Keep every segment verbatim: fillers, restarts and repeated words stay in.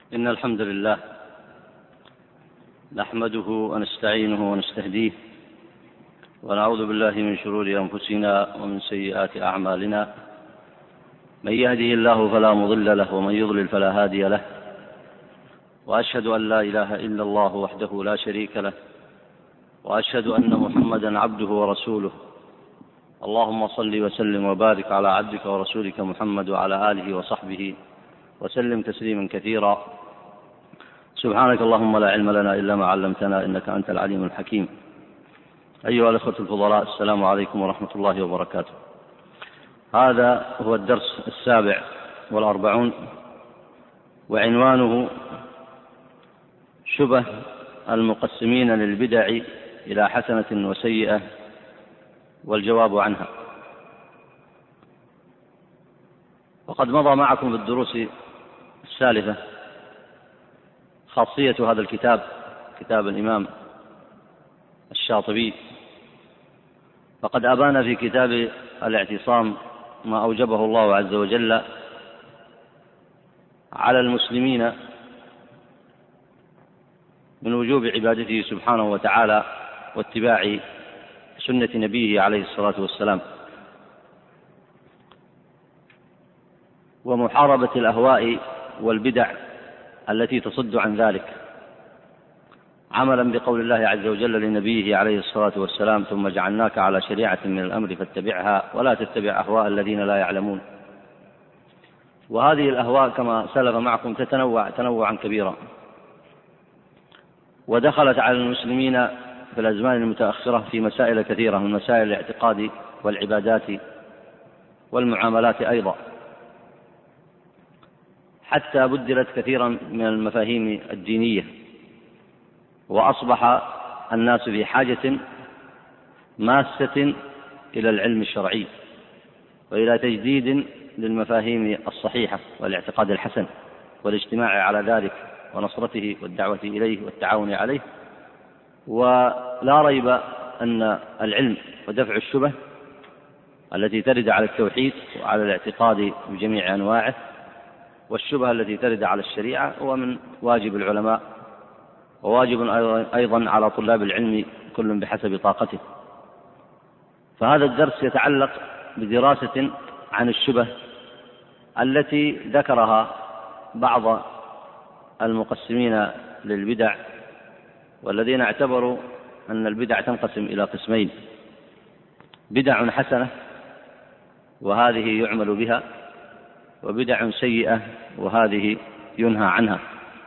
إن الحمد لله نحمده ونستعينه ونستهديه ونعوذ بالله من شرور أنفسنا ومن سيئات أعمالنا. من يهده الله فلا مضل له ومن يضلل فلا هادي له، وأشهد أن لا إله إلا الله وحده لا شريك له، وأشهد أن محمدا عبده ورسوله. اللهم صل وسلم وبارك على عبدك ورسولك محمد وعلى آله وصحبه وسلم تسليما كثيرا. سبحانك اللهم لا علم لنا إلا ما علمتنا إنك أنت العليم الحكيم. أيها الأخوة الفضلاء، السلام عليكم ورحمة الله وبركاته. هذا هو الدرس السابع والأربعون، وعنوانه شبه المقسمين للبدع إلى حسنة وسيئة والجواب عنها. وقد مضى معكم بالدروس السالفة خاصية هذا الكتاب، كتاب الإمام الشاطبي، فقد أبان في كتاب الاعتصام ما أوجبه الله عز وجل على المسلمين من وجوب عبادته سبحانه وتعالى واتباع سنة نبيه عليه الصلاة والسلام، ومحاربة الأهواء والبدع التي تصد عن ذلك، عملا بقول الله عز وجل لنبيه عليه الصلاة والسلام: ثم جعلناك على شريعة من الأمر فاتبعها ولا تتبع أهواء الذين لا يعلمون. وهذه الأهواء كما سلف معكم تتنوع تنوعا كبيرا، ودخلت على المسلمين في الأزمان المتأخرة في مسائل كثيرة من مسائل الاعتقاد والعبادات والمعاملات أيضا، حتى بدلت كثيرا من المفاهيم الدينية، وأصبح الناس في حاجة ماسة إلى العلم الشرعي وإلى تجديد للمفاهيم الصحيحة والاعتقاد الحسن والاجتماع على ذلك ونصرته والدعوة إليه والتعاون عليه. ولا ريب أن العلم ودفع الشبه التي ترد على التوحيد وعلى الاعتقاد بجميع أنواعه، والشبهة التي ترد على الشريعة، هو من واجب العلماء، وواجب أيضا على طلاب العلم كل بحسب طاقته. فهذا الدرس يتعلق بدراسة عن الشبه التي ذكرها بعض المقسمين للبدع، والذين اعتبروا أن البدع تنقسم إلى قسمين: بدع حسنة وهذه يعمل بها، وبدع سيئة وهذه ينهى عنها.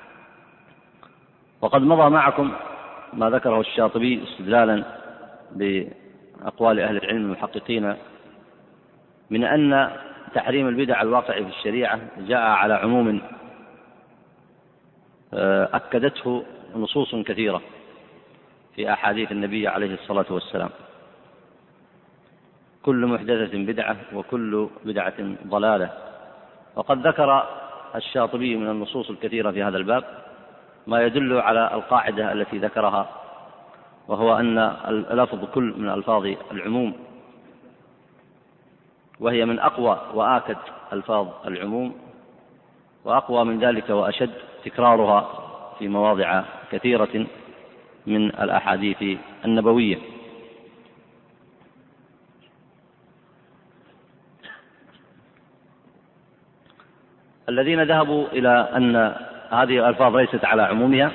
وقد مضى معكم ما ذكره الشاطبي استدلالا بأقوال أهل العلم المحققين من أن تحريم البدع الواقع في الشريعة جاء على عموم أكدته نصوص كثيرة في أحاديث النبي عليه الصلاة والسلام: كل محدثة بدعة وكل بدعة ضلالة. وقد ذكر الشاطبي من النصوص الكثيرة في هذا الباب ما يدل على القاعدة التي ذكرها، وهو أن اللفظ كل من ألفاظ العموم، وهي من أقوى وآكد ألفاظ العموم، وأقوى من ذلك وأشد تكرارها في مواضع كثيرة من الأحاديث النبوية. الذين ذهبوا إلى أن هذه الألفاظ ليست على عمومها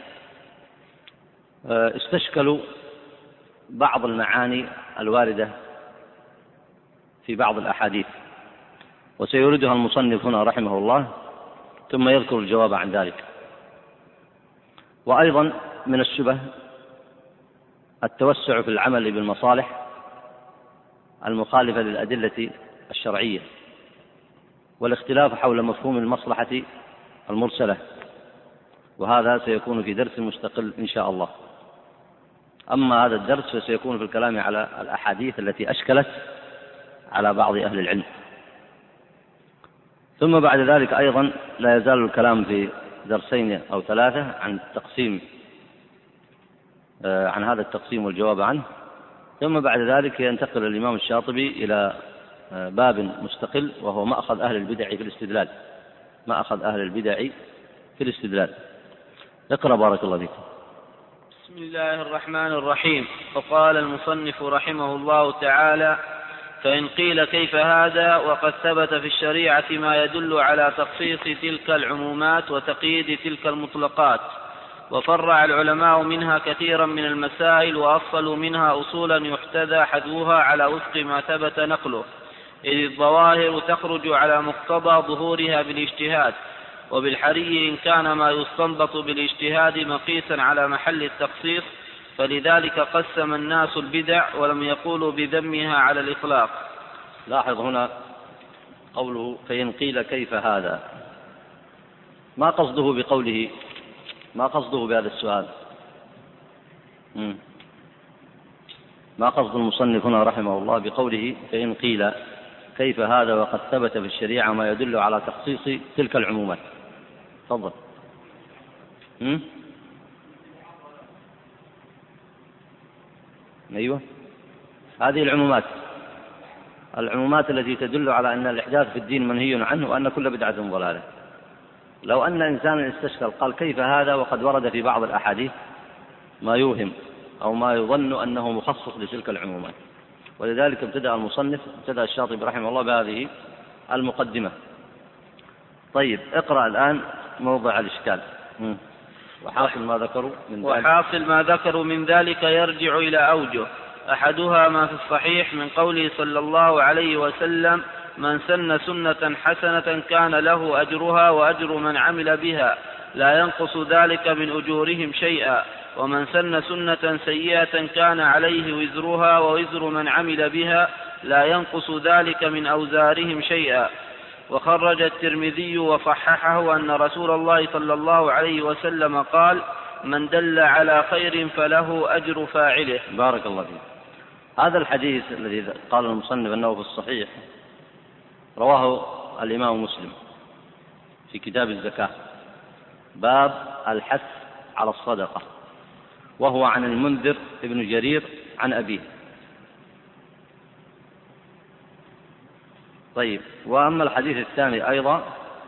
استشكلوا بعض المعاني الواردة في بعض الأحاديث، وسيوردها المصنف هنا رحمه الله، ثم يذكر الجواب عن ذلك. وأيضا من الشبه التوسع في العمل بالمصالح المخالفة للأدلة الشرعية، والاختلاف حول مفهوم المصلحة المرسلة، وهذا سيكون في درس مستقل إن شاء الله. أما هذا الدرس فسيكون في الكلام على الأحاديث التي أشكلت على بعض أهل العلم. ثم بعد ذلك أيضا لا يزال الكلام في درسين أو ثلاثة عن التقسيم عن هذا التقسيم والجواب عنه. ثم بعد ذلك ينتقل الإمام الشاطبي إلى باب مستقل، وهو مأخذ أهل البدع في الاستدلال، مأخذ أهل البدع في الاستدلال. اقرأ بارك الله فيك. بسم الله الرحمن الرحيم. فقال المصنف رحمه الله تعالى: فإن قيل كيف هذا وقد ثبت في الشريعة ما يدل على تخصيص تلك العمومات وتقييد تلك المطلقات، وفرع العلماء منها كثيرا من المسائل، وأصلوا منها أصولا يحتذى حذوها على وفق ما ثبت نقله، إذ الظواهر تخرج على مقتضى ظهورها بالاجتهاد، وبالحري إن كان ما يستنبط بالاجتهاد مقيسا على محل التخصيص، فلذلك قسم الناس البدع ولم يقولوا بذمها على الإطلاق. لاحظ هنا قوله فإن قيل كيف هذا، ما قصده بقوله، ما قصده بهذا السؤال؟ مم. ما قصد المصنف هنا رحمه الله بقوله فإن قيل كيف هذا وقد ثبت في الشريعة ما يدل على تخصيص تلك العمومات؟ تفضل. مم؟ أيوة، هذه العمومات، العمومات التي تدل على أن الإحداث في الدين منهي عنه وأن كل بدعة ضلالة. لو أن إنسانا استشكل قال كيف هذا وقد ورد في بعض الأحاديث ما يوهم أو ما يظن أنه مخصص لتلك العمومات، ولذلك ابتدأ المصنف ابتدأ الشاطبي رحمه الله بهذه المقدمة. طيب اقرأ الآن موضع الإشكال. وحاصل ما ذكروا من ذلك وحاصل ما ذكروا من ذلك يرجع إلى أوجه، أحدها ما في الصحيح من قوله صلى الله عليه وسلم: من سن سنة حسنة كان له أجرها وأجر من عمل بها لا ينقص ذلك من أجورهم شيئا، ومن سن سنة سيئة كان عليه وزرها ووزر من عمل بها لا ينقص ذلك من أوزارهم شيئا. وخرج الترمذي وصححه أن رسول الله صلى الله عليه وسلم قال: من دل على خير فله أجر فاعله. بارك الله فيك. هذا الحديث الذي قال المصنف أنه في الصحيح رواه الإمام مسلم في كتاب الزكاة باب الحث على الصدقة، وهو عن المنذر ابن جرير عن أبيه. طيب، وأما الحديث الثاني أيضا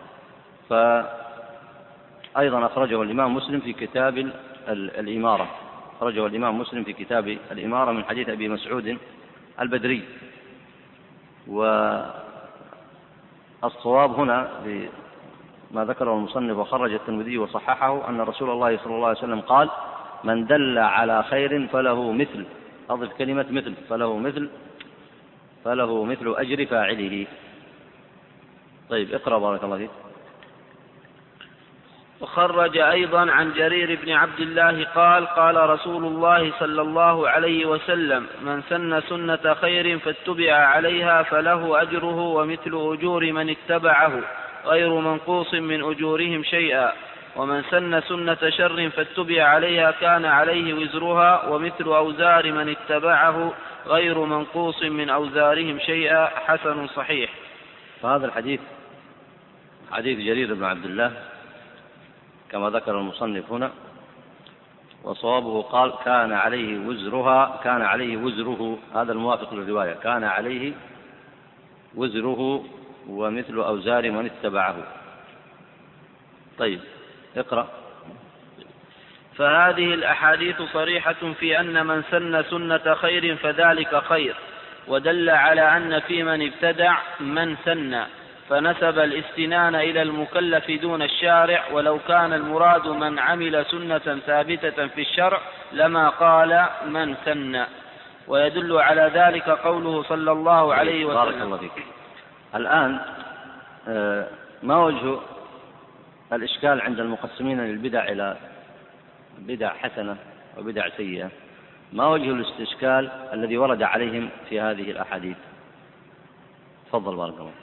فأيضا أخرجه الإمام مسلم في كتاب الإمارة، أخرجه الإمام مسلم في كتاب الإمارة من حديث أبي مسعود البدري. والصواب هنا ما ذكره المصنف وخرج الترمذي وصححه أن رسول الله صلى الله عليه وسلم قال: من دل على خير فله مثل، أضف كلمة مثل، فله مثل فله مثل أجر فاعله. طيب اقرأ بارك الله فيك. وخرج أيضا عن جرير بن عبد الله قال: قال رسول الله صلى الله عليه وسلم: من سن سنة خير فاتبع عليها فله أجره ومثل أجور من اتبعه غير منقوص من أجورهم شيئا، ومن سن سنة شر فاتبع عليها كان عليه وزرها ومثل أوزار من اتبعه غير منقوص من أوزارهم شيئا. حسن صحيح. فهذا الحديث حديث جرير بن عبد الله كما ذكر المصنف هنا، وصوابه قال: كان عليه وزرها كان عليه وزره، هذا الموافق للرواية، كان عليه وزره ومثل أوزار من اتبعه. طيب اقرأ. فهذه الأحاديث صريحة في أن من سن سنة خير فذلك خير، ودل على أن في من ابتدع من سن، فنسب الاستنان إلى المكلف دون الشارع، ولو كان المراد من عمل سنة ثابتة في الشرع لما قال من سن. ويدل على ذلك قوله صلى الله عليه وسلم. بارك الله فيك. الآن ما وجه الإشكال عند المقسمين للبدع إلى بدع حسنة وبدع سيئة؟ ما وجه الاستشكال الذي ورد عليهم في هذه الأحاديث؟ تفضل بارك الله.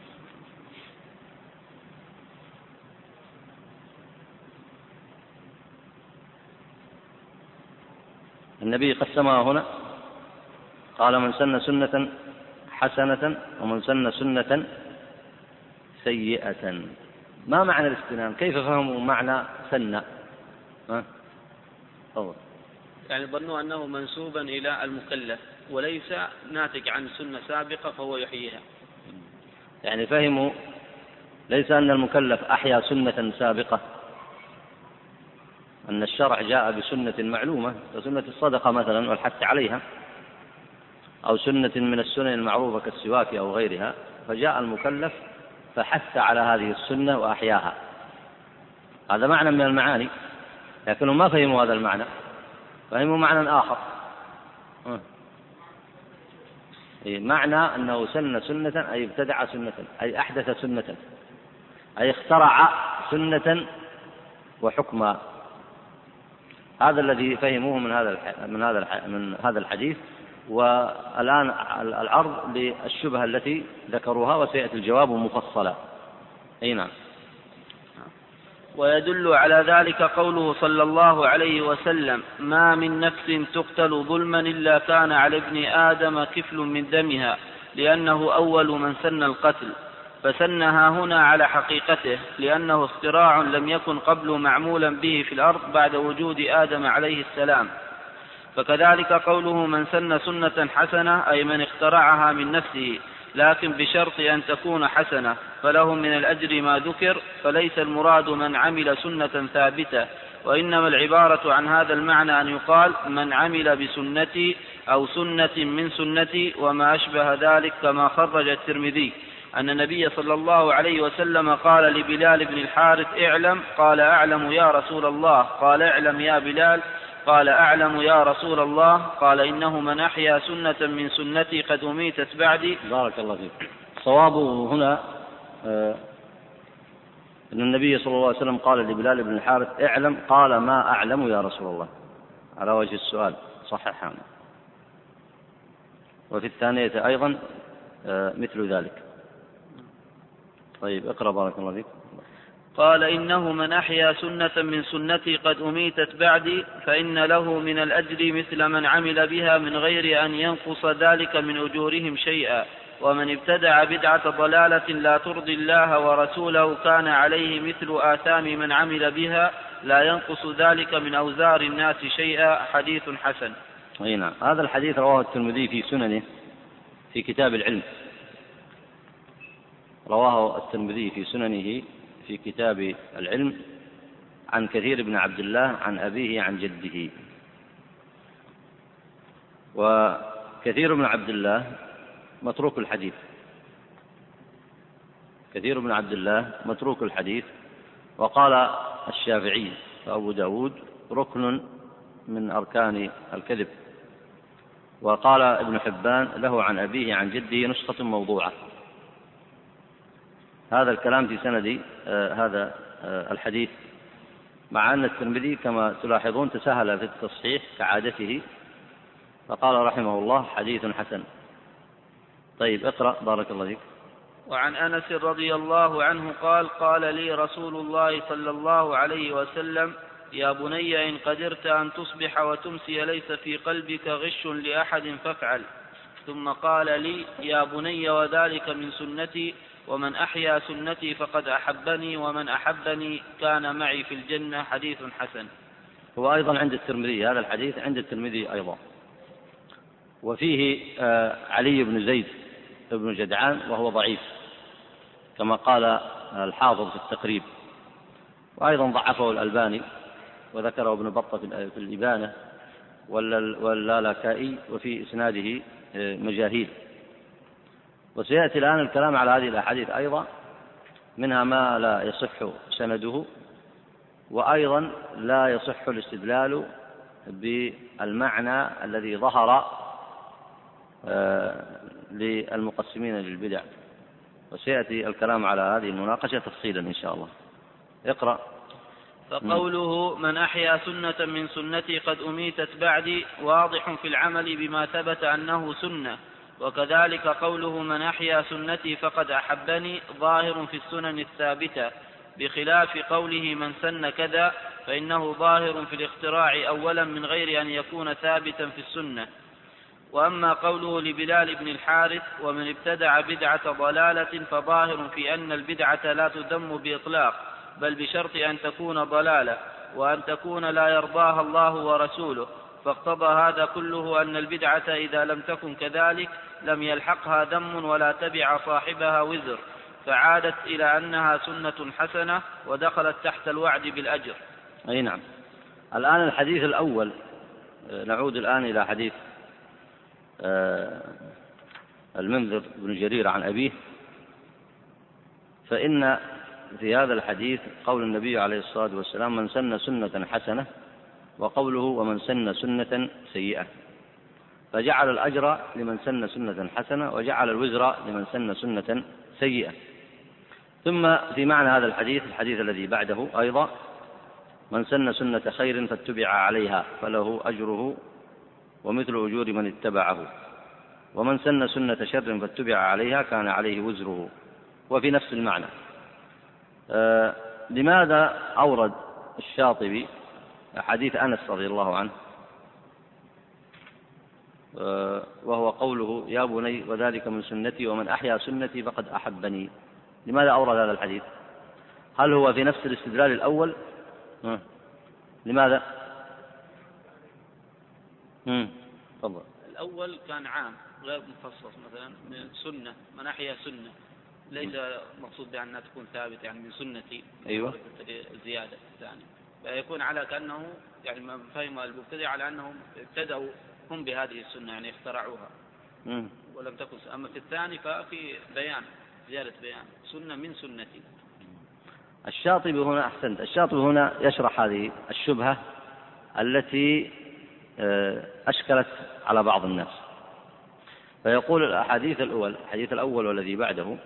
النبي قسمها هنا، قال: من سن سنة حسنة ومن سن سنة سيئة. ما معنى الاستنان؟ كيف فهموا معنى سن؟ ها؟ أوه. يعني ظنوا أنه منسوبا إلى المكلف وليس ناتج عن سنة سابقة فهو يحييها. يعني فهموا ليس أن المكلف أحيا سنة سابقة أن الشرع جاء بسنة معلومة كسنة الصدقة مثلا والحث عليها، أو سنة من السنن المعروفة كالسواك أو غيرها، فجاء المكلف فحث على هذه السنة وأحياها. هذا معنى من المعاني، لكنهم ما فهموا هذا المعنى، فهموا معنى آخر. معنى أنه سن سنة أي ابتدع سنة، أي أحدث سنة، أي اخترع سنة وحكما. هذا الذي فهموه من هذا من هذا من هذا الحديث. والآن العرض للشبهة التي ذكروها، وسيأتي الجواب مفصلا. أي نعم. ويدل على ذلك قوله صلى الله عليه وسلم: ما من نفس تقتل ظلما إلا كان على ابن آدم كفل من دمها، لأنه أول من سن القتل، فسنها هنا على حقيقته، لأنه اختراع لم يكن قبل معمولا به في الأرض بعد وجود آدم عليه السلام. فكذلك قوله من سن سنة حسنة، أي من اخترعها من نفسه، لكن بشرط أن تكون حسنة، فله من الأجر ما ذكر، فليس المراد من عمل سنة ثابتة، وإنما العبارة عن هذا المعنى أن يقال من عمل بسنتي أو سنة من سنتي وما أشبه ذلك، كما خرج الترمذي أن النبي صلى الله عليه وسلم قال لبلال بن الحارث: اعلم. قال: أعلم يا رسول الله. قال: اعلم يا بلال. قال: أعلم يا رسول الله. قال: إنه من أحيا سنة من سنتي قد أميتت بعدي. بارك الله فيك. صوابه هنا آه أن النبي صلى الله عليه وسلم قال لبلال بن الحارث: اعلم. قال: ما أعلم يا رسول الله، على وجه السؤال، صححا. وفي الثانية أيضا آه مثل ذلك. طيب اقرأ بارك الله فيك. قال: إنه من أحيا سنة من سنتي قد أميتت بعدي، فإن له من الأجر مثل من عمل بها من غير أن ينقص ذلك من أجورهم شيئا، ومن ابتدع بدعة ضلالة لا ترضي الله ورسوله كان عليه مثل آثام من عمل بها، لا ينقص ذلك من أوزار الناس شيئا. حديث حسن. أي نعم. هذا الحديث رواه الترمذي في سننه في كتاب العلم، رواه الترمذي في سننه في كتاب العلم عن كثير بن عبد الله عن أبيه عن جده. وكثير بن عبد الله متروك الحديث، كثير بن عبد الله متروك الحديث. وقال الشافعي وأبو داود: ركن من أركان الكذب. وقال ابن حبان: له عن أبيه عن جده نسخة موضوعة. هذا الكلام في سند آه هذا آه الحديث، مع أن الترمذي كما تلاحظون تساهل في التصحيح كعادته، فقال رحمه الله: حديث حسن. طيب اقرأ بارك الله فيك. وعن أنس رضي الله عنه قال: قال لي رسول الله صلى الله عليه وسلم: يا بني إن قدرت أن تصبح وتمسي ليس في قلبك غش لأحد فافعل. ثم قال لي: يا بني وذلك من سنتي، ومن أحيا سنتي فقد أحبني، ومن أحبني كان معي في الجنة. حديث حسن. هو أيضا عند الترمذي، هذا الحديث عند الترمذي أيضا. وفيه آه علي بن زيد بن جدعان وهو ضعيف كما قال الحافظ في التقريب، وأيضا ضعفه الألباني، وذكره ابن بطة في الإبانة واللالكائي، وفي إسناده مجاهيل. وسيأتي الآن الكلام على هذه الأحاديث أيضا، منها ما لا يصح سنده، وأيضا لا يصح الاستدلال بالمعنى الذي ظهر للمقسمين للبدع. وسيأتي الكلام على هذه المناقشة تفصيلا إن شاء الله. اقرأ. فقوله من أحيا سنة من سنتي قد أميتت بعدي واضح في العمل بما ثبت أنه سنة، وكذلك قوله من أحيا سنتي فقد أحبني ظاهر في السنن الثابتة، بخلاف قوله من سن كذا فإنه ظاهر في الاختراع أولا من غير أن يكون ثابتا في السنة. وأما قوله لبلال بن الحارث ومن ابتدع بدعة ضلالة فظاهر في أن البدعة لا تذم بإطلاق، بل بشرط أن تكون ضلالة، وأن تكون لا يرضاها الله ورسوله، فاقتضى هذا كله أن البدعة إذا لم تكن كذلك لم يلحقها ذم ولا تبع صاحبها وزر، فعادت إلى أنها سنة حسنة ودخلت تحت الوعد بالأجر. أي نعم. الآن الحديث الأول، نعود الآن إلى حديث المنذر بن جرير عن أبيه. فإن في هذا الحديث قول النبي عليه الصلاة والسلام: من سن سنة حسنة، وقوله: ومن سن سنة سيئة. فجعل الأجر لمن سن سنة حسنة، وجعل الوزر لمن سن سنة سيئة. ثم في معنى هذا الحديث الحديث الذي بعده أيضا: من سن سنة خير فاتبع عليها فله أجره ومثل أجور من اتبعه، ومن سن سنة شر فاتبع عليها كان عليه وزره. وفي نفس المعنى. آه لماذا أورد الشاطبي حديث أنس رضي الله عنه آه وهو قوله: يا بني وذلك من سنتي ومن أحيا سنتي فقد أحبني؟ لماذا أورد هذا الحديث؟ هل هو في نفس الاستدلال الأول؟ آه. لماذا؟ تفضل. الأول كان عام غير مخصص، مثلا من سنة من أحيا سنة، ليس مقصود بأنها تكون ثابتة، يعني من سنتي. أيوة. زيادة الثاني فيكون على كأنه يعني ما فهم المبتدع على أنهم ابتدأوا هم بهذه السنة، يعني اخترعوها مم. ولم تكن. أما في الثاني ففي بيان، زيادة بيان سنة من سنتي. الشاطبي هنا أحسنت، الشاطبي هنا يشرح هذه الشبهة التي أشكلت على بعض الناس. فيقول: الأحاديث الأول الحديث الأول والذي بعده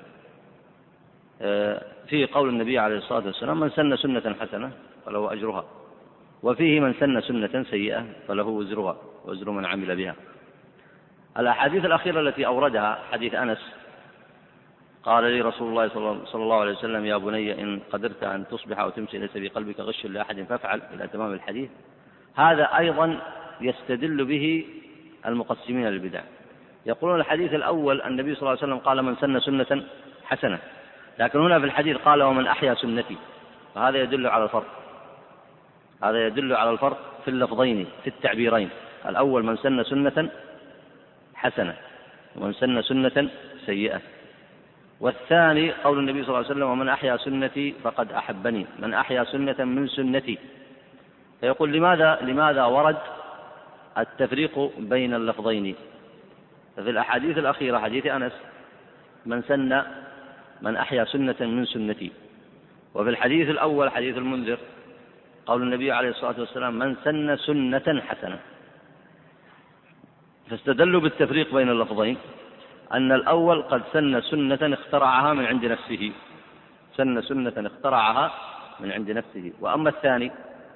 فيه قول النبي عليه الصلاة والسلام: من سن سنة حسنة فله أجرها، وفيه من سن سنة سيئة فله وزرها وزر من عمل بها. الأحاديث الأخيرة التي أوردها حديث أنس: قال لي رسول الله صلى الله عليه وسلم: يا بني إن قدرت أن تصبح أو تمسي ليس في قلبك غش لأحد فافعل، إلى تمام الحديث. هذا أيضا يستدل به المقسمين للبدع. يقولون الحديث الأول النبي صلى الله عليه وسلم قال: من سن سنة حسنة، لكن هنا في الحديث قال: ومن أحيا سنتي. فهذا يدل على الفرق، هذا يدل على الفرق في اللفظين في التعبيرين. الأول من سن سنة حسنة، ومن سن سنة سيئة. والثاني قول النبي صلى الله عليه وسلم: ومن أحيا سنتي فقد أحبني، من أحيا سنة من سنتي. فيقول: لماذا لماذا ورد التفريق بين اللفظين؟ ففي الأحاديث الأخيرة حديث أنس: من سن من أحيا سنة من سنتي. وفي الحديث الأول حديث المنذر قول النبي عليه الصلاة والسلام: من سن سنة حسنة. فاستدلوا بالتفريق بين اللفظين أن الأول قد سن سنة اخترعها من عند نفسه، سن سنة اخترعها من عند نفسه. وأما الثاني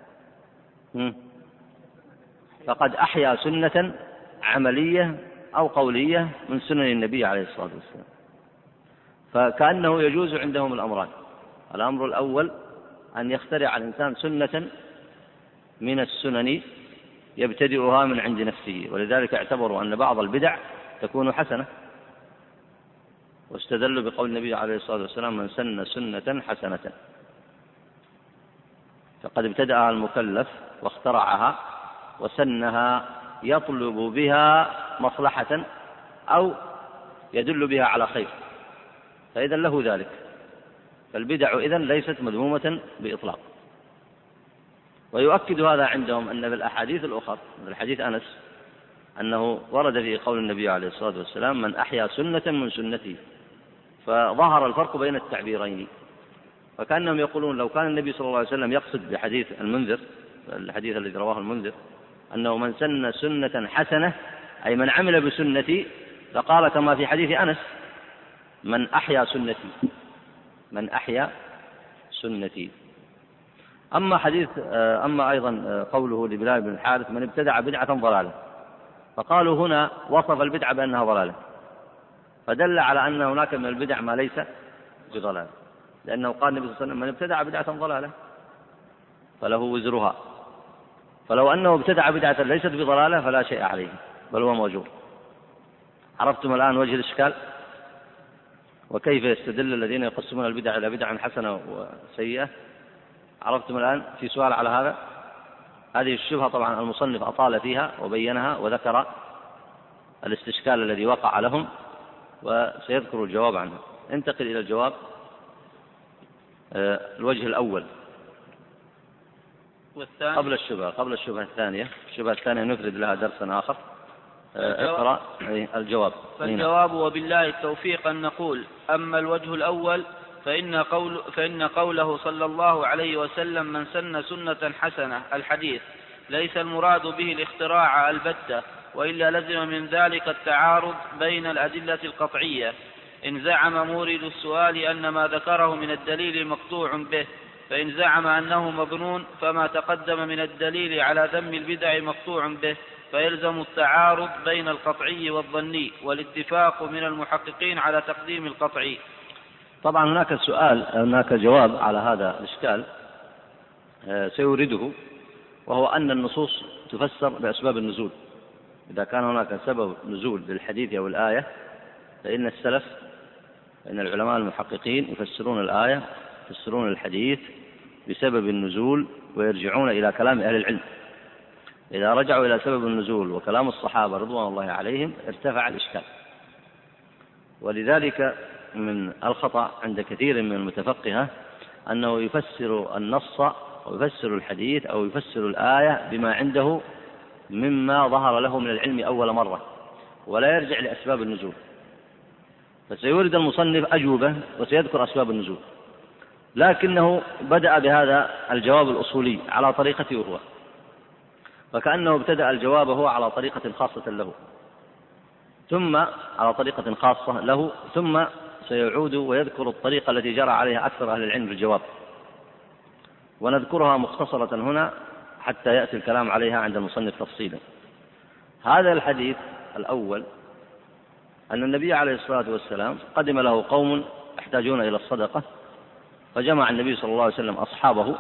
فقد أحيا سنة عملية أو قولية من سنن النبي عليه الصلاة والسلام. فكأنه يجوز عندهم الأمران: الأمر الأول أن يخترع الإنسان سنة من السنن يبتدئها من عند نفسه، ولذلك اعتبروا أن بعض البدع تكون حسنة، واستدلوا بقول النبي عليه الصلاة والسلام: من سن سنة حسنة. فقد ابتدأها المكلف واخترعها وسنها يطلب بها مصلحة أو يدل بها على خير، فإذا له ذلك. فالبدع إذن ليست مذمومة بإطلاق. ويؤكد هذا عندهم أن في الأحاديث الأخرى، في الحديث أنس، أنه ورد في قول النبي عليه الصلاة والسلام: من أحيا سنة من سنتي. فظهر الفرق بين التعبيرين. فكأنهم يقولون لو كان النبي صلى الله عليه وسلم يقصد بحديث المنذر، الحديث الذي رواه المنذر، أنه من سن سنة حسنة أي من عمل بسنتي، فقال كما في حديث أنس: من أحيا سنتي، من أحيا سنتي. أما حديث أما أيضا قوله لبلال بن الحارث: من ابتدع بدعة ضلالة. فقالوا هنا وصف البدعة بأنها ضلالة، فدل على أن هناك من البدع ما ليس بضلالة، لأنه قال النبي صلى الله عليه وسلم: من ابتدع بدعة ضلالة فله وزرها. فلو أنه ابتدع بدعة ليست بضلالة فلا شيء عليه، بل هو موجود. عرفتم الآن وجه الإشكال؟ وكيف يستدل الذين يقسمون البدع إلى بدع حسنة وسيئة؟ عرفتم الآن؟ في سؤال على هذا؟ هذه الشبهة طبعا المصنف أطال فيها وبينها وذكر الاستشكال الذي وقع لهم، وسيذكر الجواب عنه. انتقل إلى الجواب. الوجه الأول: والثاني قبل الشبهة قبل الشبهة الثانية. الشبهة الثانية نفرد لها درسا آخر. اقرأ الجواب. فالجواب وبالله التوفيق أن نقول: أما الوجه الأول فإن, قول فإن قوله صلى الله عليه وسلم: من سن سنة حسنة، الحديث، ليس المراد به الاختراع البتة، وإلا لزم من ذلك التعارض بين الأدلة القطعية، إن زعم مورد السؤال أن ما ذكره من الدليل مقطوع به، فإن زعم أنه مظنون فما تقدم من الدليل على ذم البدع مقطوع به، فيلزم التعارض بين القطعي والظني، والاتفاق من المحققين على تقديم القطعي. طبعا هناك سؤال هناك جواب على هذا الإشكال سيورده، وهو أن النصوص تفسر بأسباب النزول. إذا كان هناك سبب نزول للحديث أو الآية فإن السلف فإن العلماء المحققين يفسرون الآية يفسرون الحديث بسبب النزول، ويرجعون إلى كلام أهل العلم. إذا رجعوا إلى سبب النزول وكلام الصحابة رضوان الله عليهم ارتفع الإشكال. ولذلك من الخطأ عند كثير من المتفقهة أنه يفسر النص أو يفسر الحديث أو يفسر الآية بما عنده مما ظهر له من العلم أول مرة، ولا يرجع لأسباب النزول. فسيورد المصنف أجوبة وسيذكر أسباب النزول، لكنه بدأ بهذا الجواب الأصولي على طريقته هو، فكأنه ابتدأ الجواب هو على طريقة خاصة له، ثم على طريقة خاصة له ثم سيعود ويذكر الطريقة التي جرى عليها أكثر أهل العلم في الجواب، ونذكرها مختصرة هنا حتى يأتي الكلام عليها عند المصنف تفصيلا. هذا الحديث الأول أن النبي عليه الصلاة والسلام قدم له قوم يحتاجون إلى الصدقة، فجمع النبي صلى الله عليه وسلم أصحابه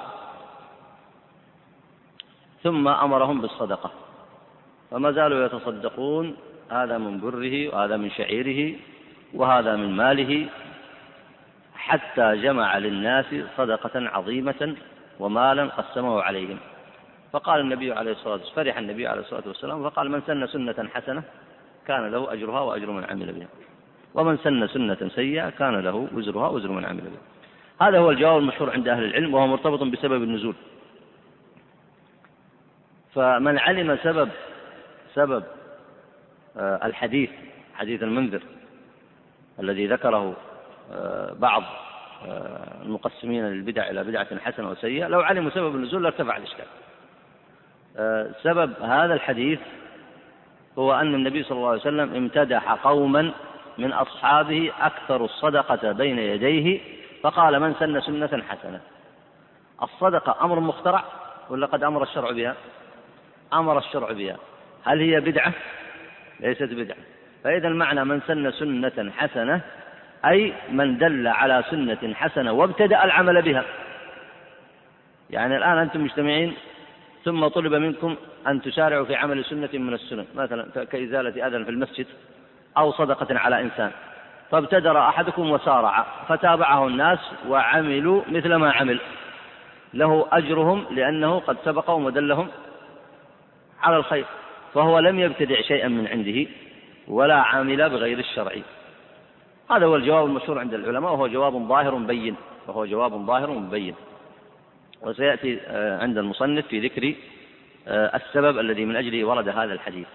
ثم أمرهم بالصدقة، فما زالوا يتصدقون، هذا من بره وهذا من شعيره وهذا من ماله، حتى جمع للناس صدقة عظيمة ومالا قسمه عليهم. فقال النبي عليه الصلاة والسلام فرح النبي عليه الصلاة والسلام فقال: من سن سنة حسنة كان له أجرها وأجر من عمل بها، ومن سن سنة سيئة كان له وزرها وزر من عمل بها. هذا هو الجواب المشهور عند أهل العلم، وهو مرتبط بسبب النزول. فمن علم سبب سبب الحديث حديث المنذر الذي ذكره بعض المقسمين للبدع إلى بدعة حسنة وسيئة، لو علموا سبب النزول لارتفع الإشكال. سبب هذا الحديث هو أن النبي صلى الله عليه وسلم امتدح قوما من أصحابه أكثر الصدقة بين يديه، فقال: من سن سنة حسنة. الصدقة أمر مخترع ولا قد أمر الشرع بها؟ أمر الشرع بها. هل هي بدعة؟ ليست بدعة. فإذا المعنى من سن سنة حسنة أي من دل على سنة حسنة وابتدأ العمل بها. يعني الآن أنتم مجتمعين ثم طلب منكم أن تسارعوا في عمل سنة من السنن، مثلا كإزالة أذى في المسجد أو صدقة على إنسان، فابتدر أحدكم وسارع فتابعه الناس وعملوا مثل ما عمل، له أجرهم لأنه قد سبقهم ودلهم على الخير، فهو لم يبتدع شيئا من عنده ولا عامل بغير الشرع. هذا هو الجواب المشهور عند العلماء، وهو جواب ظاهر بين وهو جواب ظاهر بين وسيأتي عند المصنف في ذكر السبب الذي من أجله ورد هذا الحديث.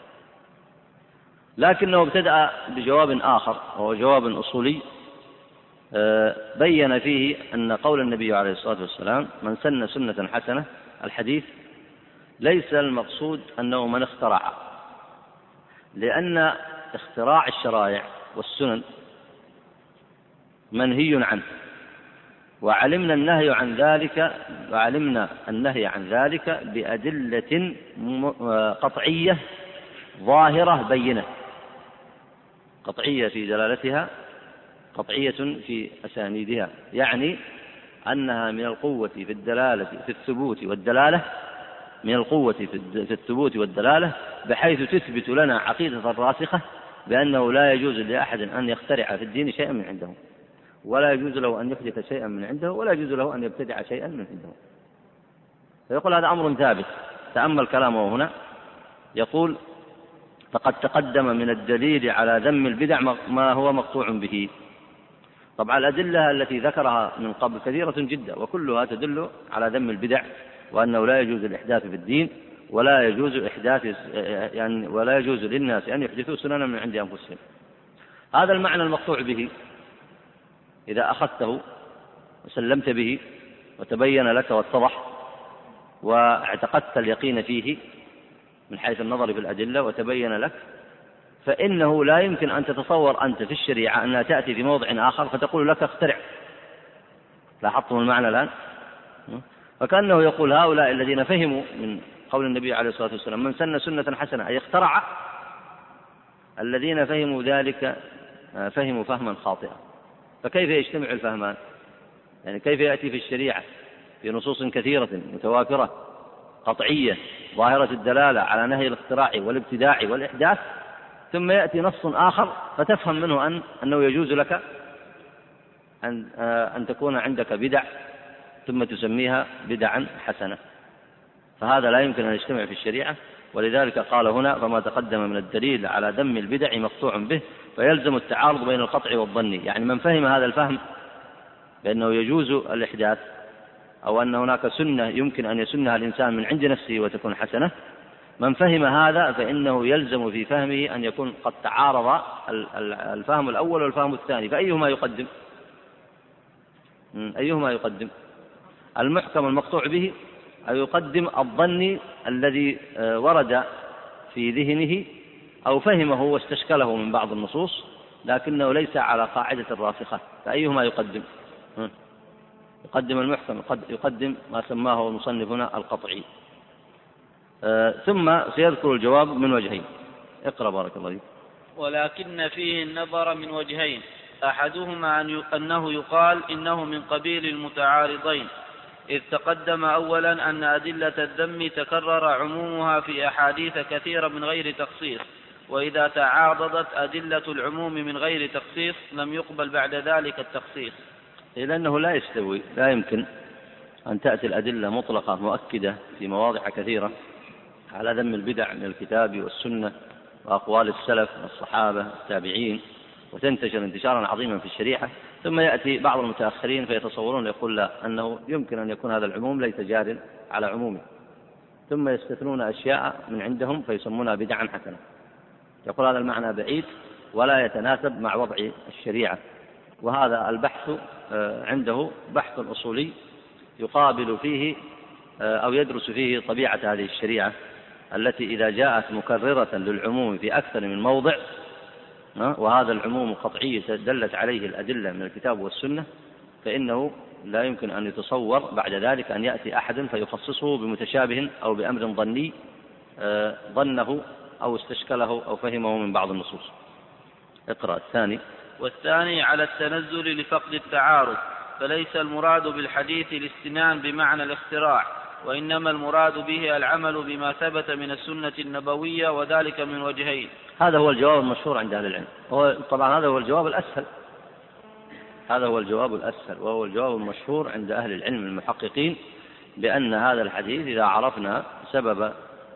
لكنه ابتدأ بجواب آخر وهو جواب أصولي بين فيه أن قول النبي عليه الصلاة والسلام: من سن سنة حسنة، الحديث، ليس المقصود أنه من اخترع، لأن اختراع الشرائع والسنن منهي عنه، وعلمنا النهي عن ذلك وعلمنا النهي عن ذلك بأدلة قطعية ظاهرة بينة، قطعية في دلالتها، قطعية في أسانيدها، يعني أنها من القوة في الدلالة في الثبوت والدلالة، من القوة في الثبوت والدلالة، بحيث تثبت لنا عقيدة راسخة بأنه لا يجوز لأحد أن يخترع في الدين شيئا من عنده، ولا يجوز له أن يحدث شيئا من عنده، ولا يجوز له أن يبتدع شيئا من عنده. فيقول هذا أمر ثابت. تأمل كلامه هنا، يقول: فقد تقدم من الدليل على ذم البدع ما هو مقطوع به. طبعا الأدلة التي ذكرها من قبل كثيرة جدا، وكلها تدل على ذم البدع وأنه لا يجوز الإحداث في الدين، ولا يجوز إحداث يعني ولا يجوز للناس أن يحدثوا سننا من عند أنفسهم. هذا المعنى المقطوع به إذا أخذته وسلمت به وتبين لك واتضح واعتقدت اليقين فيه من حيث النظر في الأدلة وتبين لك، فإنه لا يمكن أن تتصور أنت في الشريعة أنها تأتي في موضع آخر فتقول لك اخترع. لاحظتم المعنى الآن؟ فكأنه يقول هؤلاء الذين فهموا من قول النبي عليه الصلاة والسلام من سن سنة حسنة أي اخترع، الذين فهموا ذلك فهموا فهما خاطئا. فكيف يجتمع الفهمان؟ يعني كيف يأتي في الشريعة في نصوص كثيرة متوافرة قطعية ظاهرة الدلالة على نهي الاختراع والابتداع والإحداث، ثم يأتي نص آخر فتفهم منه أن أنه يجوز لك أن, أن تكون عندك بدع ثم تسميها بدعا حسنة؟ فهذا لا يمكن أن يجتمع في الشريعة. ولذلك قال هنا فما تقدم من الدليل على ذم البدع مقطوع به، فيلزم التعارض بين القطع والظن. يعني من فهم هذا الفهم بأنه يجوز الإحداث أو أن هناك سنة يمكن أن يسنها الإنسان من عند نفسه وتكون حسنة، من فهم هذا فإنه يلزم في فهمه أن يكون قد تعارض الفهم الأول والفهم الثاني، فأيهما يقدم؟ أيهما يقدم؟ المحكم المقطوع به أو يقدم الظن الذي ورد في ذهنه أو فهمه واستشكله من بعض النصوص لكنه ليس على قاعدة راسخة، فأيهما يقدم؟ يقدم المحكم، يقدم ما سماه المصنف هنا القطعي. آه ثم سيذكر الجواب من وجهين. اقرأ بارك الله فيك. ولكن فيه النظر من وجهين، أحدهما أن أنه يقال إنه من قبيل المتعارضين، إذ تقدم أولا أن أدلة الذم تكرر عمومها في أحاديث كثيرة من غير تخصيص، وإذا تعاضدت أدلة العموم من غير تخصيص لم يقبل بعد ذلك التخصيص. لأنه لا يستوي، لا يمكن أن تأتي الأدلة مطلقة مؤكدة في مواضع كثيرة على ذم البدع من الكتاب والسنة وأقوال السلف والصحابة التابعين وتنتشر انتشارا عظيما في الشريعة، ثم يأتي بعض المتأخرين فيتصورون يقول لا أنه يمكن أن يكون هذا العموم ليس جار على عمومه، ثم يستثنون أشياء من عندهم فيسمونها بدعا حسنة. يقول هذا المعنى بعيد ولا يتناسب مع وضع الشريعة، وهذا البحث عنده بحث أصولي يقابل فيه أو يدرس فيه طبيعة هذه الشريعة التي إذا جاءت مكررة للعموم في أكثر من موضع وهذا العموم قطعي دلت عليه الأدلة من الكتاب والسنة، فإنه لا يمكن أن يتصور بعد ذلك أن يأتي أحد فيخصصه بمتشابه أو بأمر ظني ظنه أو استشكله أو فهمه من بعض النصوص. اقرأ الثاني. والثاني على التنزل لفقد التعارض، فليس المراد بالحديث الاستنان بمعنى الاختراع، وإنما المراد به العمل بما ثبت من السنة النبوية، وذلك من وجهين. هذا هو الجواب المشهور عند أهل العلم، هو طبعا هذا هو الجواب الأسهل، هذا هو الجواب الأسهل وهو الجواب المشهور عند أهل العلم المحققين، بأن هذا الحديث إذا عرفنا سبب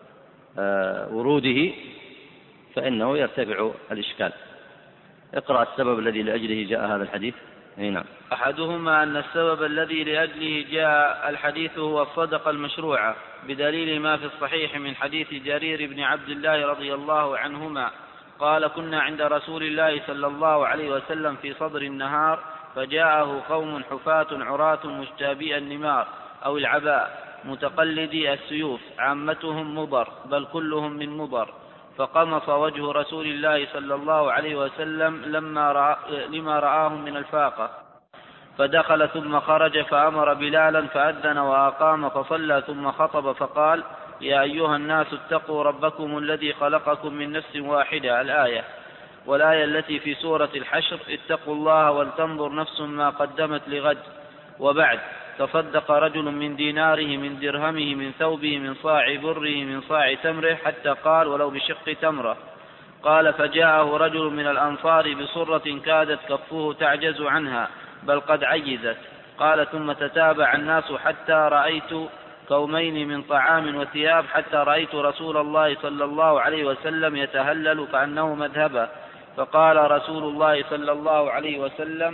وروده فإنه يرتفع الإشكال. اقرأ السبب الذي لأجله جاء هذا الحديث. نعم. أحدهما أن السبب الذي لأجله جاء الحديث هو الصدقة المشروعة، بدليل ما في الصحيح من حديث جرير بن عبد الله رضي الله عنهما قال كنا عند رسول الله صلى الله عليه وسلم في صدر النهار، فجاءه قوم حفاة عراة مجتابئي النمار أو العباء متقلدي السيوف، عامتهم مضر بل كلهم من مضر، فقمص وجه رسول الله صلى الله عليه وسلم لما رأى لما رآهم من الفاقة، فدخل ثم خرج فأمر بلالا فأذن وأقام فصلى ثم خطب فقال يا أيها الناس اتقوا ربكم الذي خلقكم من نفس واحدة، الآية. والآية التي في سورة الحشر اتقوا الله ولتنظر نفس ما قدمت لغد. وبعد تصدق رجل من ديناره من درهمه من ثوبه من صاع بره من صاع تمره حتى قال ولو بشق تمره. قال فجاءه رجل من الأنصار بصرة كادت كفه تعجز عنها بل قد عجزت. قال ثم تتابع الناس حتى رأيت كومين من طعام وثياب حتى رأيت رسول الله صلى الله عليه وسلم يتهلل كأنه مذهبا، فقال رسول الله صلى الله عليه وسلم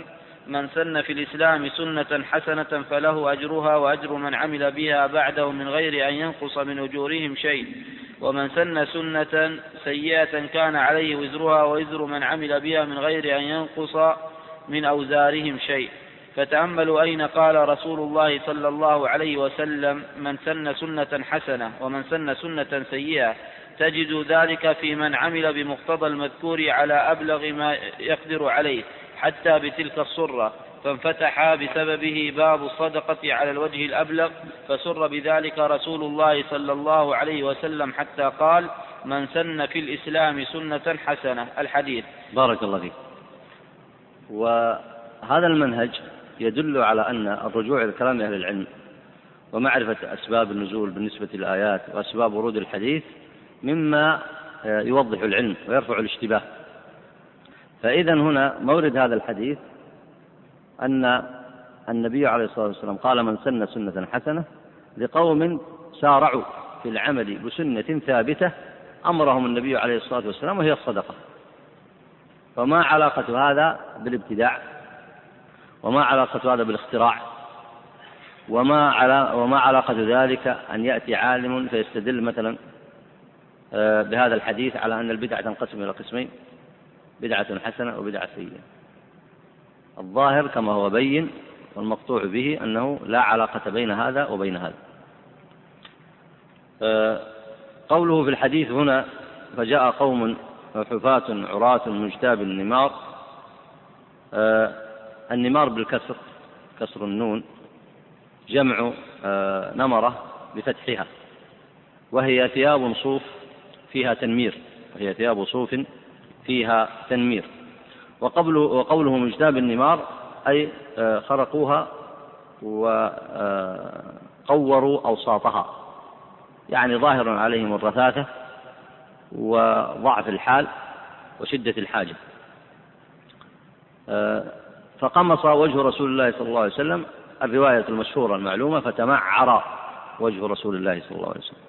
من سن في الإسلام سنة حسنة فله أجرها وأجر من عمل بها بعده من غير أن ينقص من أجورهم شيء، ومن سن سنة سيئة كان عليه وزرها ووزر من عمل بها من غير أن ينقص من أوزارهم شيء. فتأملوا أين قال رسول الله صلى الله عليه وسلم من سن سنة حسنة ومن سن سنة سيئة، تجد ذلك في من عمل بمقتضى المذكور على أبلغ ما يقدر عليه حتى بتلك الصرة، فانفتح بسببه باب الصدقة على الوجه الأبلغ، فسر بذلك رسول الله صلى الله عليه وسلم حتى قال من سن في الإسلام سنة حسنة. الحديث. بارك الله فيك. وهذا المنهج يدل على أن الرجوع إلى كلام أهل العلم ومعرفة أسباب النزول بالنسبة للآيات وأسباب ورود الحديث مما يوضح العلم ويرفع الاشتباه. فإذا هنا مورد هذا الحديث أن النبي عليه الصلاة والسلام قال من سن سنة حسنة لقوم سارعوا في العمل بسنة ثابتة أمرهم النبي عليه الصلاة والسلام وهي الصدقة. فما علاقة هذا بالابتداع، وما علاقة هذا بالاختراع، وما, على وما علاقة ذلك أن يأتي عالم فيستدل مثلا بهذا الحديث على أن البدعة تنقسم إلى قسمين، بدعة حسنة وبدعة سيئة. الظاهر كما هو بين والمقطوع به أنه لا علاقة بين هذا وبين هذا. قوله في الحديث هنا فجاء قوم حفاة عراة مجتاب النمار، النمار بالكسر، كسر النون، جمع نمرة بفتحها، وهي ثياب صوف فيها تنمير، وهي ثياب صوف فيها تنمير. وقوله, وقوله مجتاب النمار أي خرقوها وقوروا أوساطها، يعني ظاهر عليهم الرثاثة وضعف الحال وشدة الحاجة. فقمص وجه رسول الله صلى الله عليه وسلم، الرواية المشهورة المعلومة فتمعر وجه رسول الله صلى الله عليه وسلم،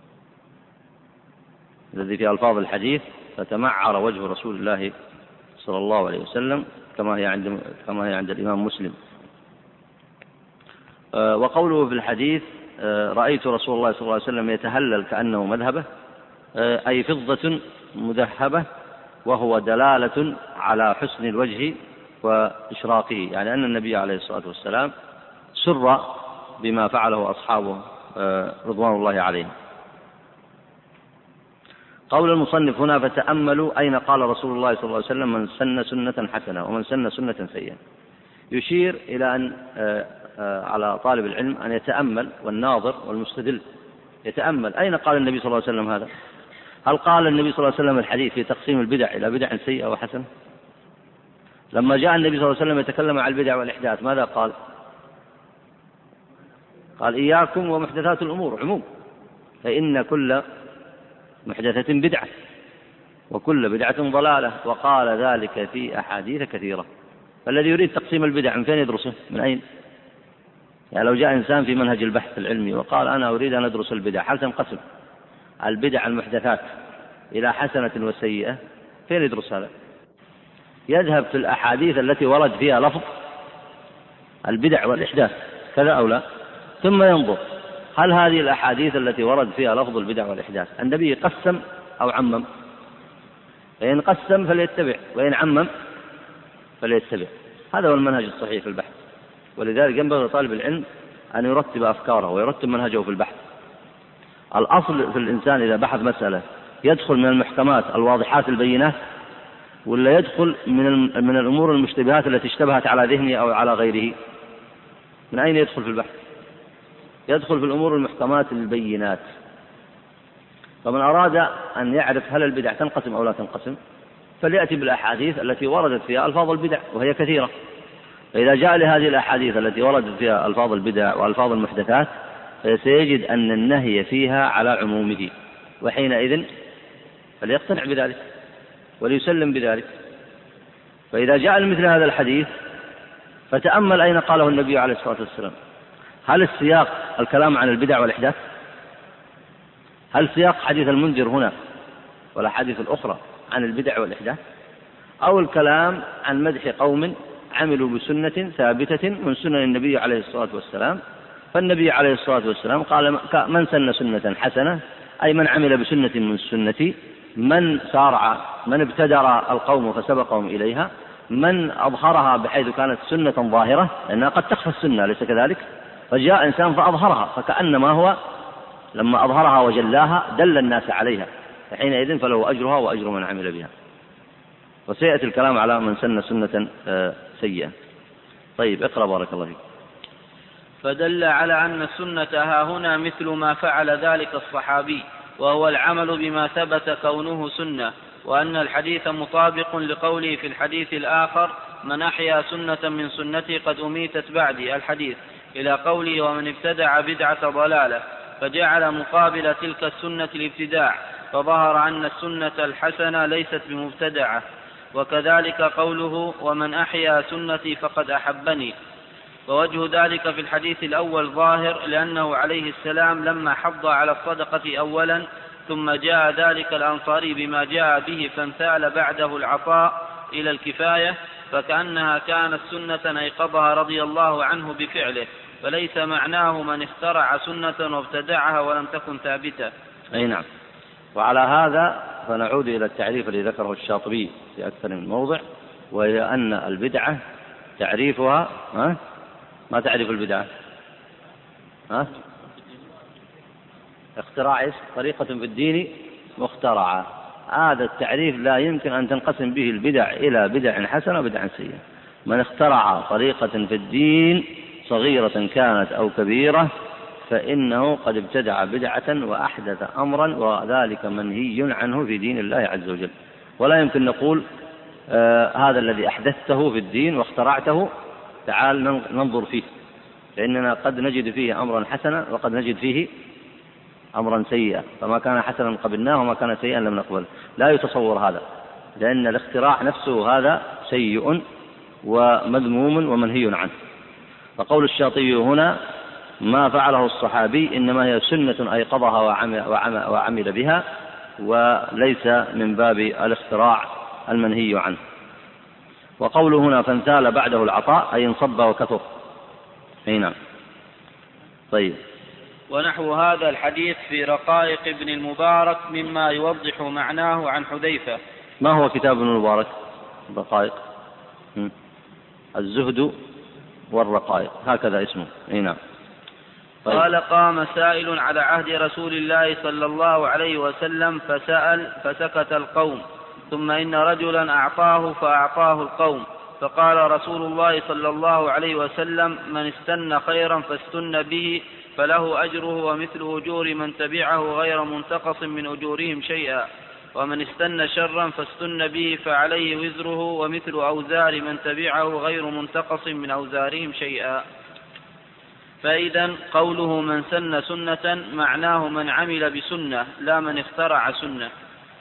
الذي في ألفاظ الحديث فتمعر وجه رسول الله صلى الله عليه وسلم كما هي عند كما هي عند الإمام مسلم. وقوله في الحديث رأيت رسول الله صلى الله عليه وسلم يتهلل كأنه مذهبه، أي فضة مذهبة، وهو دلالة على حسن الوجه وإشراقه، يعني أن النبي عليه الصلاة والسلام سر بما فعله أصحابه رضوان الله عليهم. قول المصنف هنا فتأملوا أين قال رسول الله صلى الله عليه وسلم من سن سنة حسنة ومن سن سنة سيئة، يشير إلى أن على طالب العلم أن يتأمل، والناظر والمستدل يتأمل أين قال النبي صلى الله عليه وسلم هذا. هل قال النبي صلى الله عليه وسلم الحديث في تقسيم البدع إلى بدع سيئة وحسنة؟ لما جاء النبي صلى الله عليه وسلم يتكلم عن البدع والإحداث ماذا قال؟ قال إياكم ومحدثات الأمور عموم، فإن كل محدثة بدعة وكل بدعة ضلالة، وقال ذلك في أحاديث كثيرة. فالذي يريد تقسيم البدع من فين يدرسه؟ من أين؟ يعني لو جاء إنسان في منهج البحث العلمي وقال أنا أريد أن أدرس البدع، هل تنقسم البدع المحدثات إلى حسنة وسيئة؟ فين يدرس هذا؟ يذهب في الأحاديث التي ورد فيها لفظ البدع والإحداث كذا أو لا، ثم ينظر هل هذه الأحاديث التي ورد فيها لفظ البدع والإحداث النبي قسم أو عمم؟ فإن قسم فليتبع، وإن عمم فليتبع. هذا هو المنهج الصحيح في البحث. ولذلك ينبغي لطالب العلم أن يرتب أفكاره ويرتب منهجه في البحث. الأصل في الإنسان إذا بحث مسألة يدخل من المحكمات الواضحات البينات، ولا يدخل من من الأمور المشتبهات التي اشتبهت على ذهنه أو على غيره؟ من أين يدخل في البحث؟ يدخل في الأمور المحكمات البينات. فمن أراد أن يعرف هل البدع تنقسم أو لا تنقسم فليأتي بالأحاديث التي وردت فيها ألفاظ البدع وهي كثيرة. فإذا جاء لهذه الأحاديث التي وردت فيها ألفاظ البدع وألفاظ المحدثات سيجد أن النهي فيها على عمومه، وحينئذ فليقتنع بذلك وليسلم بذلك. فإذا جاء مثل هذا الحديث فتأمل أين قاله النبي عليه الصلاة والسلام. هل السياق الكلام عن البدع والإحداث؟ هل سياق حديث المنذر هنا والأحاديث الأخرى عن البدع والإحداث، أو الكلام عن مدح قوم عملوا بسنة ثابتة من سنن النبي عليه الصلاة والسلام. فالنبي عليه الصلاة والسلام قال من سن سنة حسنة، أي من عمل بسنة من سنتي، من سارع من ابتدر القوم فسبقهم إليها، من أظهرها بحيث كانت سنة ظاهرة، لأنها قد تخفى السنة ليس كذلك، فجاء إنسان فأظهرها، فكأنما هو لما أظهرها وجلاها دل الناس عليها، فحينئذ فله أجرها وأجر من عمل بها. وسيأتي الكلام على من سن سنة سيئة. طيب اقرأ بارك الله فيك. فدل على أن السنة ها هنا مثل ما فعل ذلك الصحابي، وهو العمل بما ثبت كونه سنة، وأن الحديث مطابق لقوله في الحديث الآخر من أحيا سنة من سنتي قد أميتت بعدي الحديث، إلى قوله ومن ابتدع بدعة ضلالة، فجعل مقابل تلك السنة الابتداع، فظهر أن السنة الحسنة ليست بمبتدعة. وكذلك قوله ومن أحيا سنتي فقد أحبني، ووجه ذلك في الحديث الأول ظاهر، لأنه عليه السلام لما حض على الصدقة أولا ثم جاء ذلك الأنصاري بما جاء به فامتال بعده العطاء إلى الكفاية، فكأنها كانت سنة أيقظها رضي الله عنه بفعله، فليس معناه من اخترع سنة وابتدعها ولم تكن ثابتة. أي نعم. وعلى هذا فنعود إلى التعريف الذي ذكره الشاطبي في أكثر من موضع، وهي أن البدعة تعريفها ها؟ ما تعرف البدعة؟ ها؟ اختراع طريقة في الدين مخترعة. هذا التعريف لا يمكن أن تنقسم به البدع إلى بدع حسنة وبدع سيئة. من اخترع طريقة في الدين صغيرة كانت أو كبيرة فإنه قد ابتدع بدعة وأحدث أمرا، وذلك منهي عنه في دين الله عز وجل. ولا يمكن نقول آه هذا الذي أحدثته في الدين واخترعته تعال ننظر فيه، لأننا قد نجد فيه أمرا حسنا وقد نجد فيه أمرا سيئا، فما كان حسنا قبلناه وما كان سيئا لم نقبل. لا يتصور هذا، لأن الاختراع نفسه هذا سيء ومذموم ومنهي عنه. فقول الشاطبي هنا ما فعله الصحابي إنما هي سنة أيقظها وعمل, وعمل, وعمل بها، وليس من باب الاختراع المنهي عنه. وقوله هنا فانتال بعده العطاء أي انصب وكثر. نعم. طيب. ونحو هذا الحديث في رقائق ابن المبارك مما يوضح معناه عن حذيفة. ما هو كتاب ابن المبارك؟ رقائق الزهد والرقائق هكذا اسمه. نعم. طيب. قال قام سائل على عهد رسول الله صلى الله عليه وسلم فسأل فسكت القوم، ثم إن رجلا أعطاه فأعطاه القوم، فقال رسول الله صلى الله عليه وسلم من استن خيرا فاستن به فله أجره ومثل أجور من تبعه غير منتقص من أجورهم شيئا، ومن استن شرا فاستن به فعليه وزره ومثل أوزار من تبعه غير منتقص من أوزارهم شيئا. فإذا قوله من سن سنة معناه من عمل بسنة لا من اخترع سنة.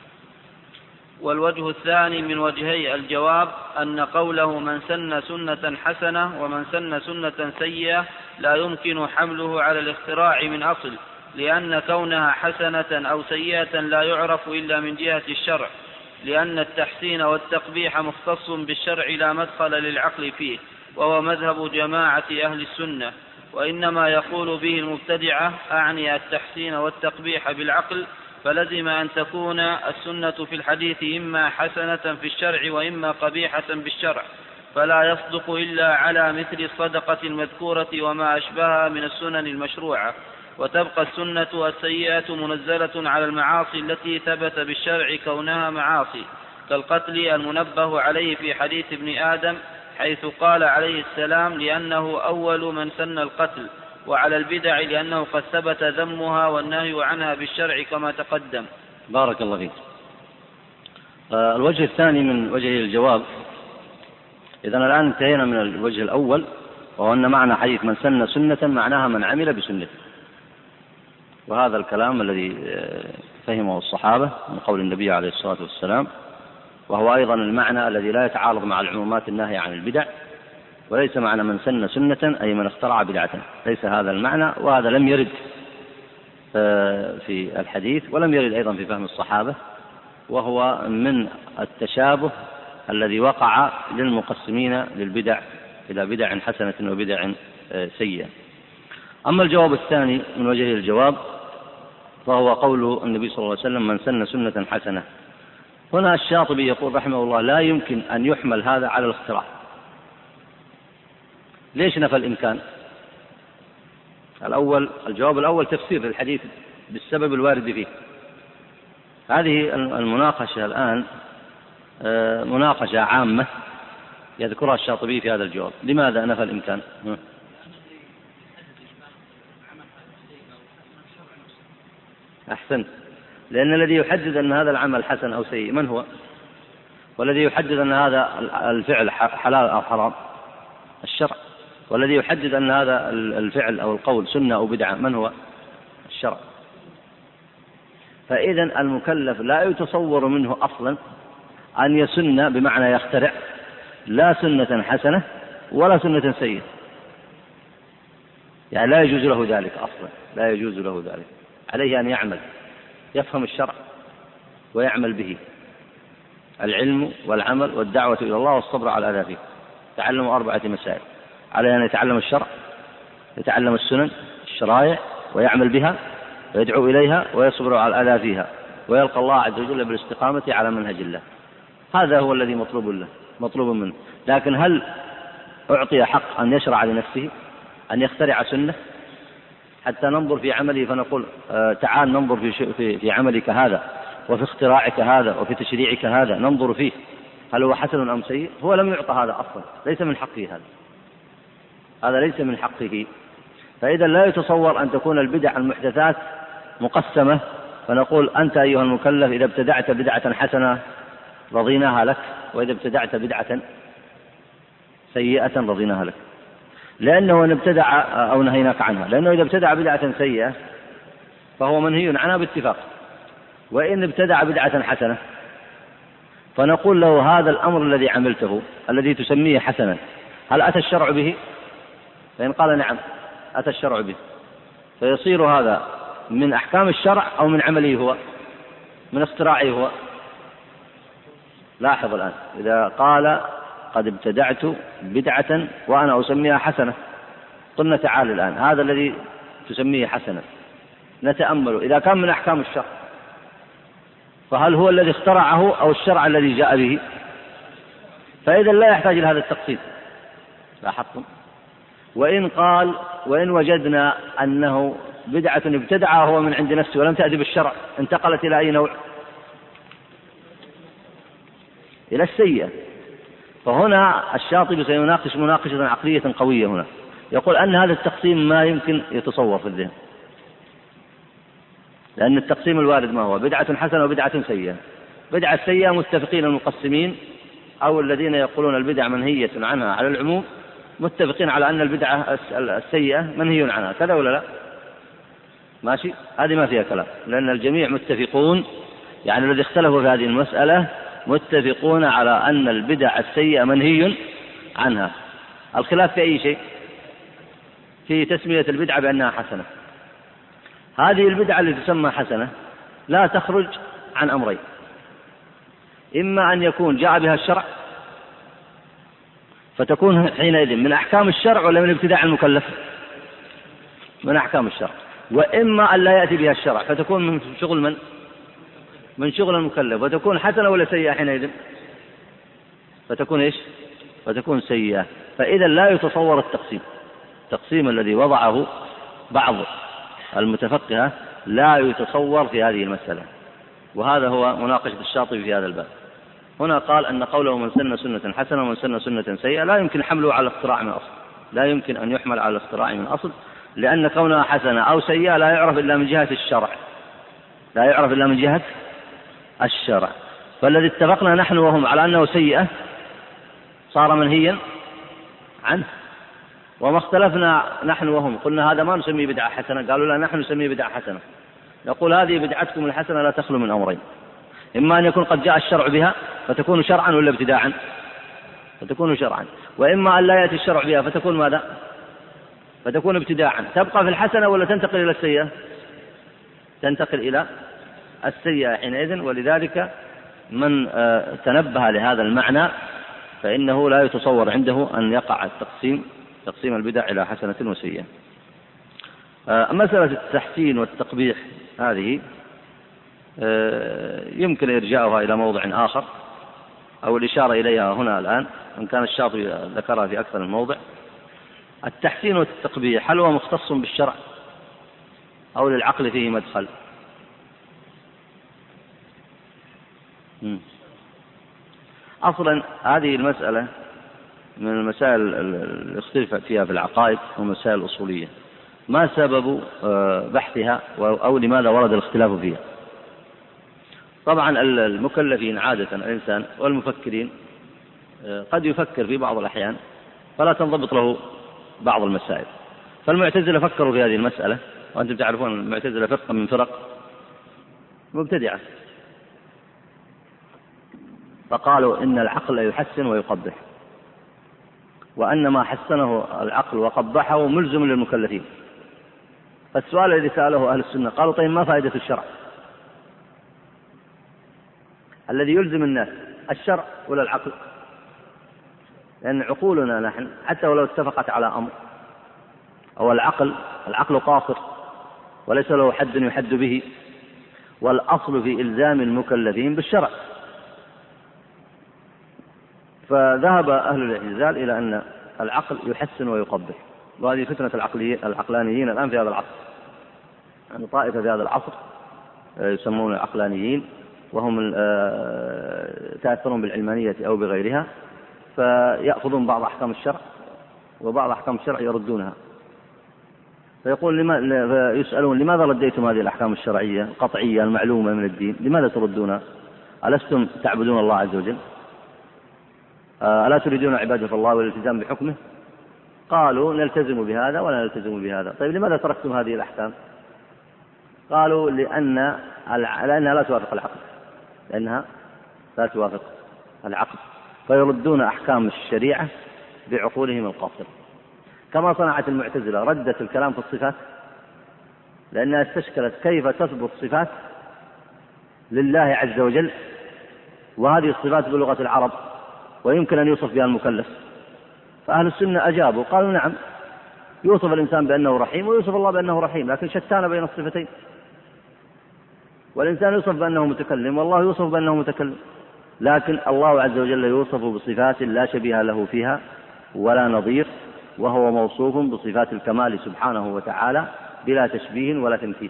والوجه الثاني من وجهي الجواب أن قوله من سن سنة حسنة ومن سن سنة سيئة لا يمكن حمله على الاختراع من أصل، لأن كونها حسنة أو سيئة لا يعرف إلا من جهة الشرع، لأن التحسين والتقبيح مختص بالشرع لا مدخل للعقل فيه، وهو مذهب جماعة أهل السنة. وإنما يقول به المبتدعة أعني التحسين والتقبيح بالعقل، فلزم أن تكون السنة في الحديث إما حسنة في الشرع وإما قبيحة بالشرع، فلا يصدق إلا على مثل الصدقة المذكورة وما أشبهها من السنن المشروعة، وتبقى السنة السيئة منزلة على المعاصي التي ثبت بالشرع كونها معاصي، كالقتل المنبه عليه في حديث ابن آدم حيث قال عليه السلام لأنه أول من سن القتل، وعلى البدع لأنه قد ثبت ذمها والنهي عنها بالشرع كما تقدم. بارك الله فيك. آه الوجه الثاني من وجه الجواب، إذن الآن انتهينا من الوجه الأول، وهو أن معنى حديث من سن سنة معناها من عمل بسنة، وهذا الكلام الذي فهمه الصحابة من قول النبي عليه الصلاة والسلام، وهو أيضا المعنى الذي لا يتعارض مع العمومات الناهية عن البدع. وليس معنى من سن سنة أي من اخترع بدعة، ليس هذا المعنى، وهذا لم يرد في الحديث ولم يرد أيضا في فهم الصحابة، وهو من التشابه الذي وقع للمقسمين للبدع إلى بدع حسنة وبدع سيئة. أما الجواب الثاني من وجه الجواب فهو قول النبي صلى الله عليه وسلم: من سن سنة حسنة. هنا الشاطبي يقول رحمه الله: لا يمكن أن يحمل هذا على الاختراع. ليش نفى الإمكان؟ الأول الجواب الأول تفسير الحديث بالسبب الوارد فيه. هذه المناقشة الآن مناقشة عامة يذكرها الشاطبي في هذا الجواب. لماذا نفى الإمكان؟ أحسنت. لأن الذي يحدد أن هذا العمل حسن أو سيء من هو؟ والذي يحدد أن هذا الفعل حلال أو حرام الشرع. والذي يحدد أن هذا الفعل أو القول سنة أو بدعة من هو؟ الشرع. فإذا المكلف لا يتصور منه أصلا أن يسن بمعنى يخترع لا سنة حسنة ولا سنة سيئة، يعني لا يجوز له ذلك أصلا، لا يجوز له ذلك. عليه أن يعمل، يفهم الشرع ويعمل به، العلم والعمل والدعوة إلى الله والصبر على الأذى فيه. تعلم أربعة مسائل: عليه أن يتعلم الشرع، يتعلم السنن الشرائع ويعمل بها ويدعو إليها ويصبر على الأذى فيها ويلقى الله عز وجل بالاستقامة على منهج الله. هذا هو الذي مطلوب له مطلوب منه. لكن هل أعطي حق أن يشرع لنفسه، أن يخترع سنة حتى ننظر في عمله فنقول آه تعال ننظر في, في, في عملك هذا وفي اختراعك هذا وفي تشريعك هذا، ننظر فيه هل هو حسن أم سيء؟ هو لم يعطى هذا أصلا، ليس من حقه هذا هذا ليس من حقه. فإذا لا يتصور أن تكون البدع المحدثات مقسمة فنقول: أنت أيها المكلف إذا ابتدعت بدعة حسنة رضيناها لك، وإذا ابتدعت بدعة سيئة رضيناها لك. لأنه إن ابتدع أو نهيناك عنها، لأنه إذا ابتدع بدعة سيئة فهو منهي عنها باتفاق، وإن ابتدع بدعة حسنة فنقول له: هذا الأمر الذي عملته الذي تسميه حسنا هل أتى الشرع به؟ فإن قال نعم أتى الشرع به، فيصير هذا من أحكام الشرع أو من عمله هو، من اختراعه هو. لاحظ الآن إذا قال: قد ابتدعت بدعة وأنا أسميها حسنة، قلنا تعال الآن هذا الذي تسميه حسنة نتأمل إذا كان من أحكام الشرع فهل هو الذي اخترعه أو الشرع الذي جاء به؟ فإذا لا يحتاج إلى هذا التقسيم. لاحظتم؟ وإن قال: وإن وجدنا أنه بدعة ابتدعها هو من عند نفسه ولم تأتي بالشرع، انتقلت إلى أي نوع؟ إلى السيئة. فهنا الشاطبي سيناقش مناقشة عقلية قوية هنا، يقول أن هذا التقسيم ما يمكن يتصور في الذهن، لأن التقسيم الوارد ما هو؟ بدعة حسنة وبدعة سيئة. بدعة سيئة متفقين المقسمين أو الذين يقولون البدع منهية عنها على العموم متفقين على أن البدعة السيئة منهي عنها، كذا ولا لا؟ ماشي، هذه ما فيها كلام، لأن الجميع متفقون، يعني الذي اختلفوا في هذه المسألة متفقون على أن البدع السيئة منهي عنها. الخلاف في أي شيء؟ في تسمية البدعة بأنها حسنة. هذه البدعة التي تسمى حسنة لا تخرج عن أمرين: إما أن يكون جاء بها الشرع فتكون حينئذ من أحكام الشرع ولا من ابتداع المكلف؟ من أحكام الشرع. وإما أن لا يأتي بها الشرع فتكون من شغل من؟ من شغل المكلف، وتكون حسنة ولا سيئة حينئذ؟ فتكون إيش؟ فتكون سيئة. فإذا لا يتصور التقسيم التقسيم الذي وضعه بعض المتفقهة لا يتصور في هذه المسألة، وهذا هو مناقشة الشاطبي في هذا الباب. هنا قال أن قوله من سن سنة حسنة ومن سن سنة سيئة لا يمكن حمله على الاختراع من أصل، لا يمكن أن يحمل على الاختراع من أصل، لأن كونها حسنة أو سيئة لا يعرف إلا من جهة الشرع، لا يعرف إلا من جهة الشرع. فالذي اتفقنا نحن وهم على أنه سيئة صار منهيا عنه، وما اختلفنا نحن وهم قلنا هذا ما نسميه بدعة حسنة، قالوا لا نحن نسميه بدعة حسنة. نقول هذه بدعتكم الحسنة لا تخلو من أمرين: إما أن يكون قد جاء الشرع بها فتكون شرعا ولا ابتداعا؟ فتكون شرعا. وإما أن لا يأتي الشرع بها فتكون ماذا؟ فتكون ابتداعا. تبقى في الحسنة ولا تنتقل إلى السيئة؟ تنتقل إلى السيئة حينئذ. ولذلك من تنبه لهذا المعنى فإنه لا يتصور عنده أن يقع التقسيم تقسيم البدع إلى حسنة وسيئة. مسألة التحسين والتقبيح هذه يمكن إرجاؤها إلى موضع آخر أو الإشارة إليها هنا الآن، إن كان الشاطبي ذكرها في أكثر من موضع. التحسين والتقبيح هل هو مختص بالشرع أو للعقل فيه مدخل؟ أصلا هذه المسألة من المسائل اللي اختلف فيها في العقائد والمسائل الأصولية، ما سبب بحثها أو لماذا ورد الاختلاف فيها؟ طبعا المكلفين عادة الإنسان والمفكرين قد يفكر في بعض الأحيان فلا تنضبط له بعض المسائل. فالمعتزلة فكروا في هذه المسألة، وأنتم تعرفون المعتزلة فرقة من فرق مبتدعة، فقالوا إن العقل يحسن ويقبح، وأن ما حسنه العقل وقبحه ملزم للمكلفين. فالسؤال الذي سأله أهل السنة قالوا طيب ما فائدة الشرع الذي يلزم الناس، الشرع ولا العقل؟ لأن عقولنا نحن حتى ولو اتفقت على أمر أو العقل العقل قاصر وليس له حد يحد به، والأصل في إلزام المكلفين بالشرع. فذهب أهل الاعتزال إلى أن العقل يحسن ويقبح، وهذه فتنة العقلانيين الآن في هذا العصر. يعني طائفة في هذا العصر يسمون العقلانيين، وهم تأثرون بالعلمانية أو بغيرها، فيأخذون بعض أحكام الشرع وبعض أحكام الشرع يردونها، فيقول لما يسألون لماذا رديتم هذه الأحكام الشرعية القطعية المعلومة من الدين، لماذا تردونها؟ ألستم تعبدون الله عز وجل؟ ألا تريدون عبادة الله والالتزام بحكمه؟ قالوا نلتزم بهذا ولا نلتزم بهذا. طيب لماذا تركتم هذه الأحكام؟ قالوا لأن لأنها لا توافق العقل، لأنها لا توافق العقل، فيردون أحكام الشريعة بعقولهم القاصرة، كما صنعت المعتزلة، ردت الكلام في الصفات لأنها استشكلت كيف تثبت صفات لله عز وجل، وهذه الصفات بلغة العرب ويمكن أن يوصف بها المكلف. فأهل السنة أجابوا قالوا نعم، يوصف الإنسان بأنه رحيم ويوصف الله بأنه رحيم، لكن شتان بين الصفتين. والإنسان يوصف بأنه متكلم والله يوصف بأنه متكلم، لكن الله عز وجل يوصف بصفات لا شبيه له فيها ولا نظير، وهو موصوف بصفات الكمال سبحانه وتعالى بلا تشبيه ولا تمثيل،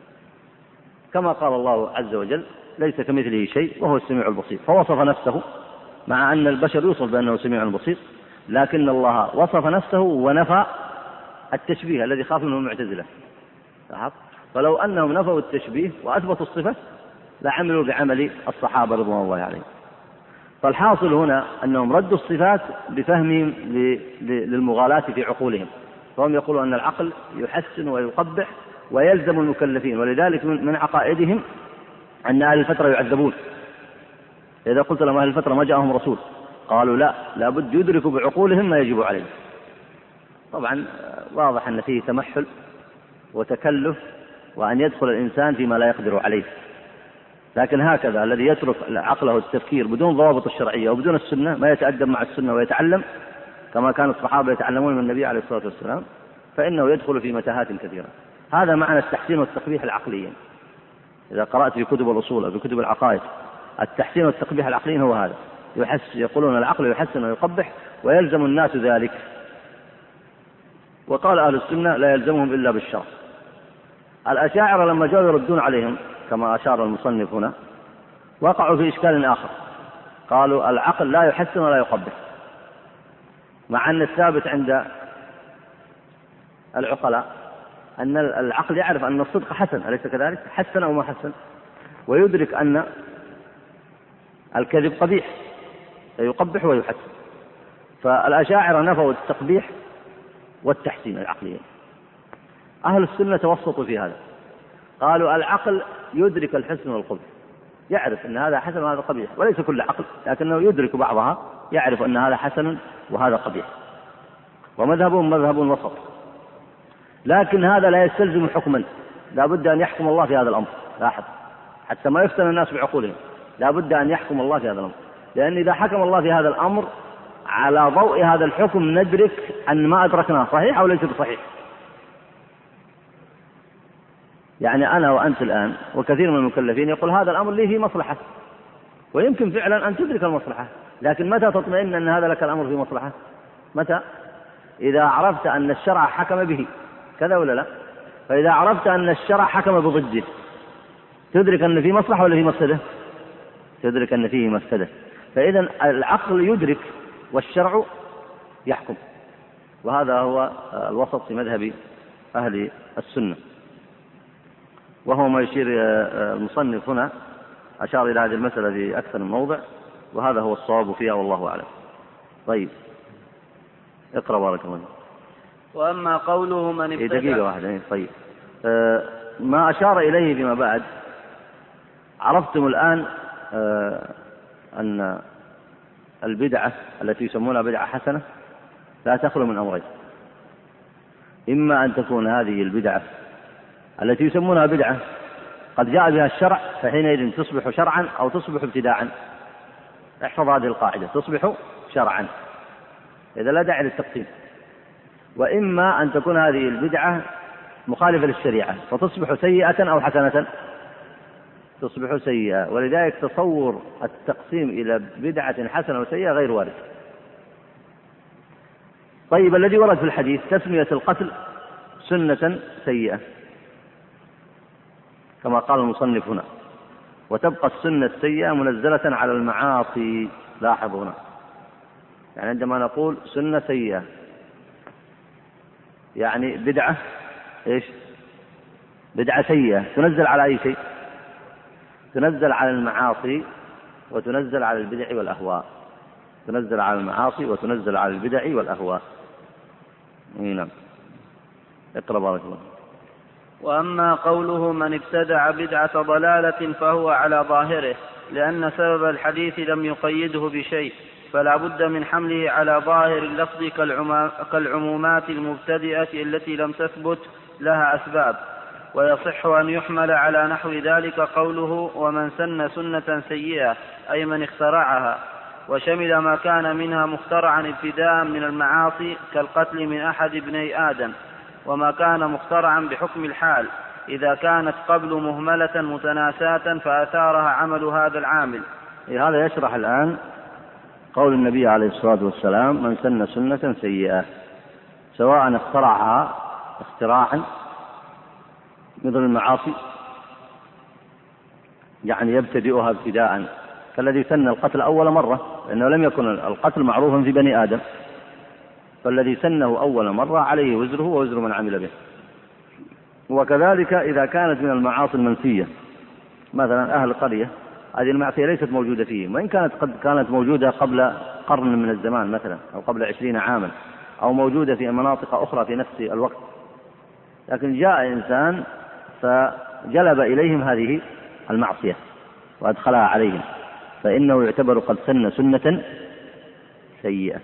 كما قال الله عز وجل ليس كمثله شيء وهو السميع البصير. فوصف نفسه مع أن البشر يوصف بأنه سميع بصير، لكن الله وصف نفسه ونفى التشبيه الذي خاف منه المعتزلة. فلو أنهم نفوا التشبيه وأثبتوا الصفة لعملوا بعمل الصحابة رضوان الله عليهم. فالحاصل هنا أنهم ردوا الصفات بفهمهم للمغالاة في عقولهم، فهم يقولون أن العقل يحسن ويقبح ويلزم المكلفين، ولذلك من عقائدهم أن أهل الفترة يعذبون. إذا قلت لهم أهل الفترة ما جاءهم رسول قالوا لا، لابد يدركوا بعقولهم ما يجب عليهم. طبعا واضح أن فيه تمحل وتكلف وأن يدخل الإنسان فيما لا يقدر عليه، لكن هكذا الذي يترك عقله التفكير بدون ضوابط الشرعية وبدون السنة ما يتأدب مع السنة ويتعلم كما كان الصحابة يتعلمون من النبي عليه الصلاة والسلام، فإنه يدخل في متاهات كثيرة. هذا معنى التحسين والتقبيح العقليين. إذا قرأت في كتب الأصول أو في كتب العقائد التحسين والتقبيح العقليين هو هذا، يحس يقولون العقل يحسن ويقبح ويلزم الناس ذلك. وقال أهل السنة لا يلزمهم إلا بالشرع. الأشاعرة لما جاءوا يردون عليهم كما أشار المصنف هنا وقعوا في إشكال آخر، قالوا العقل لا يحسن ولا يقبح، مع أن الثابت عند العقلاء أن العقل يعرف أن الصدق حسن، أليس كذلك؟ حسن أو ما حسن، ويدرك أن الكذب قبيح فيقبح ويحسن. فالأشاعرة نفوا التقبيح والتحسين العقليين. أهل السنة توسطوا في هذا، قالوا العقل يدرك الحسن والقبح، يعرف أن هذا حسن وهذا قبيح، وليس كل عقل لكنه يدرك بعضها، يعرف أن هذا حسن وهذا قبيح. ومذهبهم مذهب وسط، لكن هذا لا يستلزم حكما، لا بد أن يحكم الله في هذا الأمر. لاحظ حتى ما يفتن الناس بعقولهم، لا بد أن يحكم الله في هذا الأمر، لأن إذا حكم الله في هذا الأمر على ضوء هذا الحكم ندرك أن ما أدركناه صحيح أو ليس بصحيح. يعني أنا وأنت الآن وكثير من المكلفين يقول هذا الأمر لي فيه مصلحة، ويمكن فعلا أن تدرك المصلحة، لكن متى تطمئن أن هذا لك الأمر فيه مصلحة؟ متى؟ إذا عرفت أن الشرع حكم به، كذا ولا لا؟ فإذا عرفت أن الشرع حكم بضده تدرك أن فيه مصلحة ولا فيه مفسدة؟ تدرك أن فيه مفسدة. فإذا العقل يدرك والشرع يحكم، وهذا هو الوسط في مذهب أهل السنة، وهو ما يشير المصنف هنا، أشار إلى هذه المسألة في أكثر من موضع، وهذا هو الصواب فيها والله أعلم. طيب اقرأ بارك الله. وأما قوله من ابتدع. دقيقة واحدة. طيب آه ما أشار إليه فيما بعد، عرفتم الآن آه أن البدعة التي يسمونها بدعة حسنة لا تخلو من أمرين: إما أن تكون هذه البدعة التي يسمونها بدعة قد جاء بها الشرع فحينئذ تصبح شرعا أو تصبح ابتداعا. احفظ هذه القاعدة: تصبح شرعا، إذا لا داعي للتقسيم. وإما أن تكون هذه البدعة مخالفة للشريعة فتصبح سيئة أو حسنة، تصبح سيئة. ولذلك تصور التقسيم إلى بدعة حسنة وسيئة غير وارد. طيب الذي ورد في الحديث تسمية القتل سنة سيئة كما قال المصنف هنا، وتبقى السنة السيئة منزلة على المعاصي. لاحظ هنا، يعني عندما نقول سنة سيئة يعني بدعة إيش؟ بدعة سيئة تنزل على أي شيء؟ تنزل على المعاصي وتنزل على البدع والأهواء. تنزل على المعاصي وتنزل على البدع والأهواء. نعم. اقرأ بارك الله. وأما قوله من ابتدع بدعة ضلالة فهو على ظاهره، لأن سبب الحديث لم يقيده بشيء، فلا بد من حمله على ظاهر اللفظ كالعمومات المبتدئة التي لم تثبت لها أسباب. ويصح أن يحمل على نحو ذلك قوله ومن سن سنة سيئة، أي من اخترعها، وشمل ما كان منها مخترعا ابتداء من المعاصي كالقتل من أحد ابني آدم، وما كان مخترعا بحكم الحال إذا كانت قبل مهملة متناساة فأثارها عمل هذا العامل. هذا يشرح الآن قول النبي عليه الصلاة والسلام من سن سنة سيئة، سواء اخترعها اختراعا مثل المعاصي يعني يبتدئها ابتداء، كالذي سن القتل أول مرة، لأنه لم يكن القتل معروفا في بني آدم، فالذي سنه أول مرة عليه وزره ووزر من عمل به. وكذلك إذا كانت من المعاصي المنسية، مثلا أهل قرية، هذه المعصية ليست موجودة فيهم، وإن كانت قد كانت موجودة قبل قرن من الزمان مثلا أو قبل عشرين عاما، أو موجودة في مناطق أخرى في نفس الوقت، لكن جاء إنسان فجلب إليهم هذه المعصية وأدخلها عليهم، فإنه يعتبر قد سن سنة سيئة،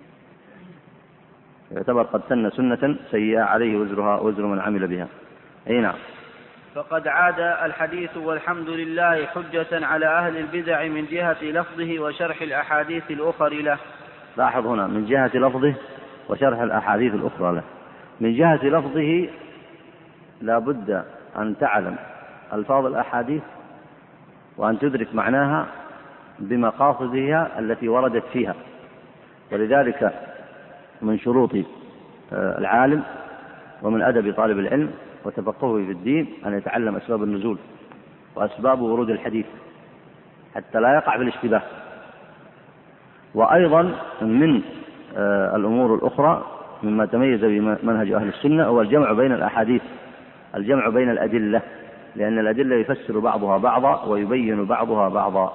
يعتبر قد سن سنة سيئة عليه وزرها وزر من عمل بها. أي نعم. فقد عاد الحديث والحمد لله حجة على أهل البدع من جهة لفظه وشرح الأحاديث الأخرى له. لاحظ هنا من جهة لفظه وشرح الأحاديث الأخرى له. من جهة لفظه لا بد أن تعلم ألفاظ الأحاديث وأن تدرك معناها بمقاصدها التي وردت فيها، ولذلك من شروط العالم ومن أدب طالب العلم وتفقهه في الدين أن يتعلم أسباب النزول وأسباب ورود الحديث حتى لا يقع في الاشتباه. وأيضا من الأمور الأخرى مما تميز بمنهج أهل السنة هو الجمع بين الأحاديث، الجمع بين الأدلة، لأن الأدلة يفسر بعضها بعضا ويبين بعضها بعضا.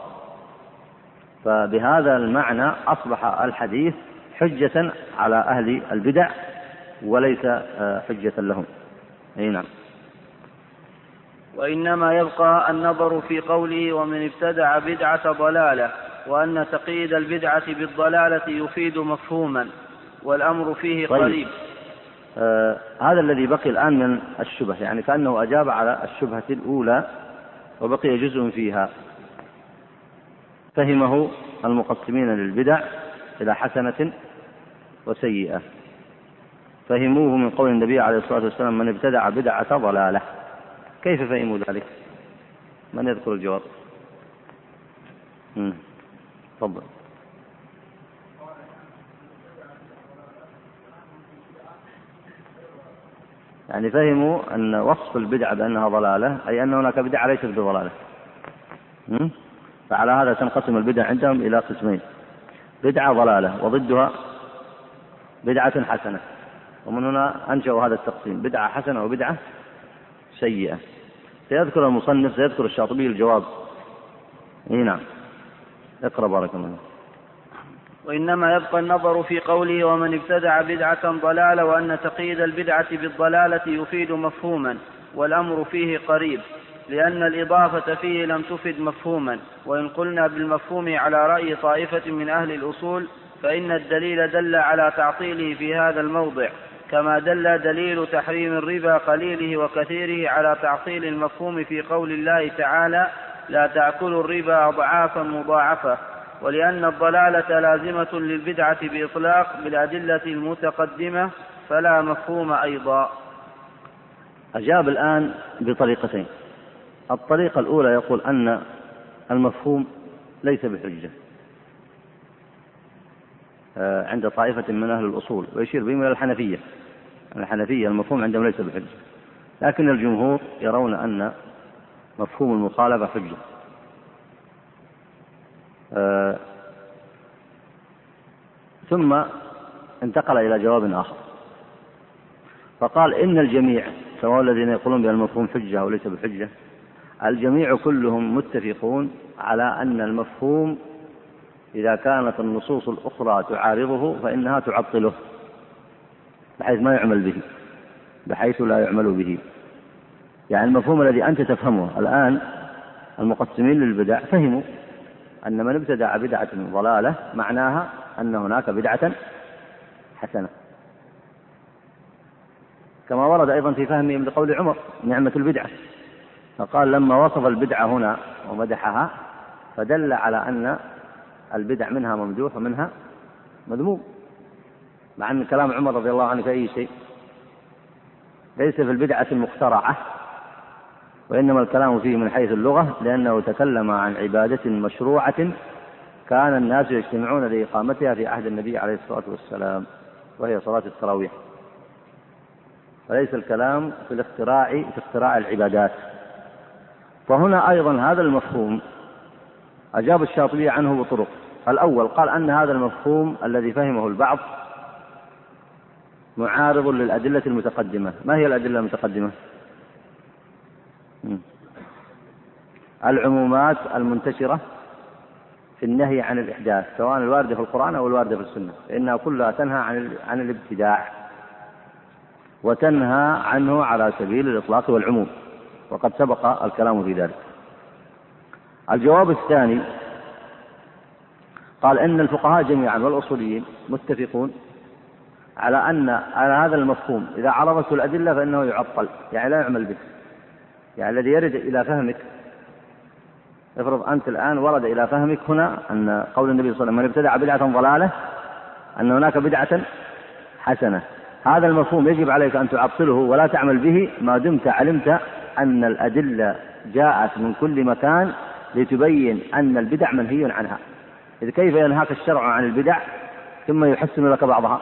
فبهذا المعنى أصبح الحديث حجة على أهل البدع وليس حجة لهم. أي نعم. وإنما يبقى النظر في قوله ومن ابتدع بدعة ضلالة، وأن تقييد البدعة بالضلالة يفيد مفهوما والأمر فيه قريب. طيب. آه هذا الذي بقي الآن من الشبه، يعني كأنه أجاب على الشبهة الأولى وبقي جزء فيها. فهمه المقسمين للبدع إلى حسنة وسيئة، فهموه من قول النبي عليه الصلاة والسلام: من ابتدع بدعة ضلالة. كيف فهموا ذلك؟ من يذكر الجواب؟ تفضل. يعني فهموا أن وصف البدعة بأنها ضلالة أي أن هناك بدعة ليست بضلالة. فعلى هذا تنقسم البدع عندهم إلى قسمين: بدعة ضلالة وضدها بدعة حسنة، ومن هنا أنشأوا هذا التقسيم: بدعة حسنة وبدعة سيئة. سيذكر المصنف سيذكر الشاطبي الجواب. إيه نعم، اقرأ بارك الله. وإنما يبقى النظر في قوله: ومن ابتدع بدعة ضلالة، وأن تقييد البدعة بالضلالة يفيد مفهوما، والأمر فيه قريب، لأن الإضافة فيه لم تفد مفهوما. وإن قلنا بالمفهوم على رأي طائفة من أهل الأصول فإن الدليل دل على تعطيله في هذا الموضع، كما دل دليل تحريم الربا قليله وكثيره على تعطيل المفهوم في قول الله تعالى: لا تأكلوا الربا أضعافا مضاعفة. ولأن الضلالة لازمة للبدعة بإطلاق بالأدلة المتقدمة فلا مفهوم أيضا. أجاب الآن بطريقتين. الطريقة الأولى يقول أن المفهوم ليس بحجة عند طائفة من أهل الأصول، ويشير بهم إلى الحنفية. الحنفية المفهوم عندهم ليس بحجة، لكن الجمهور يرون أن مفهوم المخالفة حجة. آه ثم انتقل إلى جواب آخر فقال: إن الجميع، سواء الذين يقولون بأن المفهوم حجة أو ليس بحجة، الجميع كلهم متفقون على أن المفهوم إذا كانت النصوص الأخرى تعارضه فإنها تعطله، بحيث ما يعمل به، بحيث لا يعمل به. يعني المفهوم الذي أنت تفهمه الآن، المقسمين للبدع فهموا أن من ابتدع بدعة ضلالة معناها أن هناك بدعة حسنة، كما ورد أيضا في فهمهم لقول عمر: نعمة البدعة. فقال لما وصف البدعة هنا ومدحها فدل على أن البدع منها ممدوح ومنها مذموم، مع أن كلام عمر رضي الله عنه في أي شيء ليس في البدعة المخترعة، وإنما الكلام فيه من حيث اللغة، لأنه تكلم عن عبادة مشروعة كان الناس يجتمعون لإقامتها في عهد النبي عليه الصلاة والسلام، وهي صلاة التراويح. فليس الكلام في الاختراع في اختراع العبادات. فهنا أيضا هذا المفهوم أجاب الشاطبي عنه بطرق. الأول قال أن هذا المفهوم الذي فهمه البعض معارض للأدلة المتقدمة. ما هي الأدلة المتقدمة؟ العمومات المنتشرة في النهي عن الإحداث، سواء الواردة في القرآن أو الواردة في السنة، فإنها كلها تنهى عن عن الابتداع وتنهى عنه على سبيل الإطلاق والعموم، وقد سبق الكلام في ذلك. الجواب الثاني قال إن الفقهاء جميعا والأصوليين متفقون على أن على هذا المفهوم إذا عرضته الأدلة فإنه يعطل، يعني لا يعمل به. يعني الذي يرد إلى فهمك، افرض أنت الآن ورد إلى فهمك هنا أن قول النبي صلى الله عليه وسلم: من ابتدع بدعة ضلالة، أن هناك بدعة حسنة. هذا المفهوم يجب عليك أن تعطله ولا تعمل به ما دمت علمت أن الأدلة جاءت من كل مكان لتبين أن البدع منهي عنها. إذ كيف ينهاك الشرع عن البدع ثم يحسن لك بعضها؟